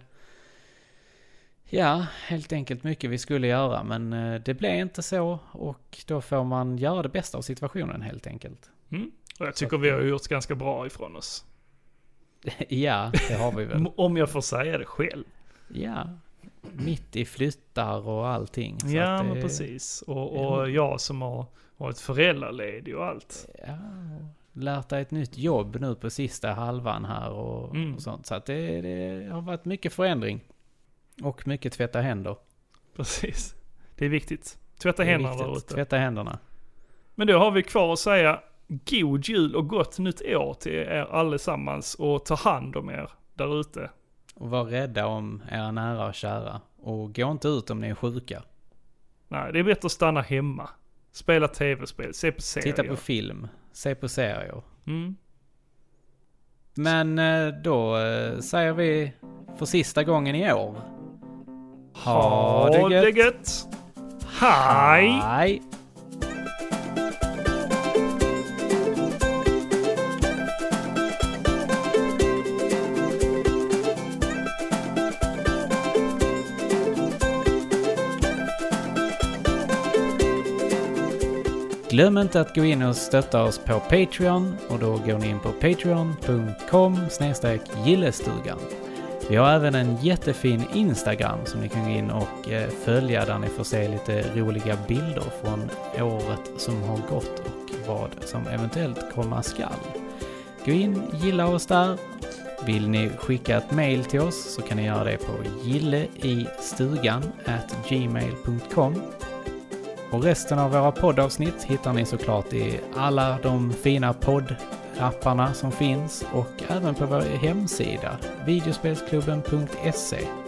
helt enkelt mycket vi skulle göra. Men det blev inte så, och då får man göra det bästa av situationen helt enkelt. Och jag tycker vi har gjort ganska bra ifrån oss. Ja, det har vi väl. Om jag får säga det själv. Ja, mitt i flyttar och allting. Så men precis. Och jag som har varit föräldraledig och allt. Ja, lärt dig ett nytt jobb nu på sista halvan här och sånt. Så att det har varit mycket förändring. Och mycket tvätta händer. Precis. Det är viktigt. Tvätta händerna där ute. Tvätta händerna. Men då har vi kvar att säga god jul och gott nytt år till er allesammans, och ta hand om er där ute. Och var rädda om era nära och kära. Och gå inte ut om ni är sjuka. Nej, det är bättre att stanna hemma. Spela tv-spel, se på serier. Titta på film, se på serier. Men då säger vi för sista gången i år. Ha det gött. Hej! Glöm inte att gå in och stötta oss på Patreon, och då går ni in på patreon.com/gillestugan. Vi har även en jättefin Instagram som ni kan gå in och följa, där ni får se lite roliga bilder från året som har gått och vad som eventuellt komma skall. Gå in, gilla oss där. Vill ni skicka ett mail till oss så kan ni göra det på gilleistugan@gmail.com. Och resten av våra poddavsnitt hittar ni såklart i alla de fina poddapparna som finns, och även på vår hemsida videospelsklubben.se.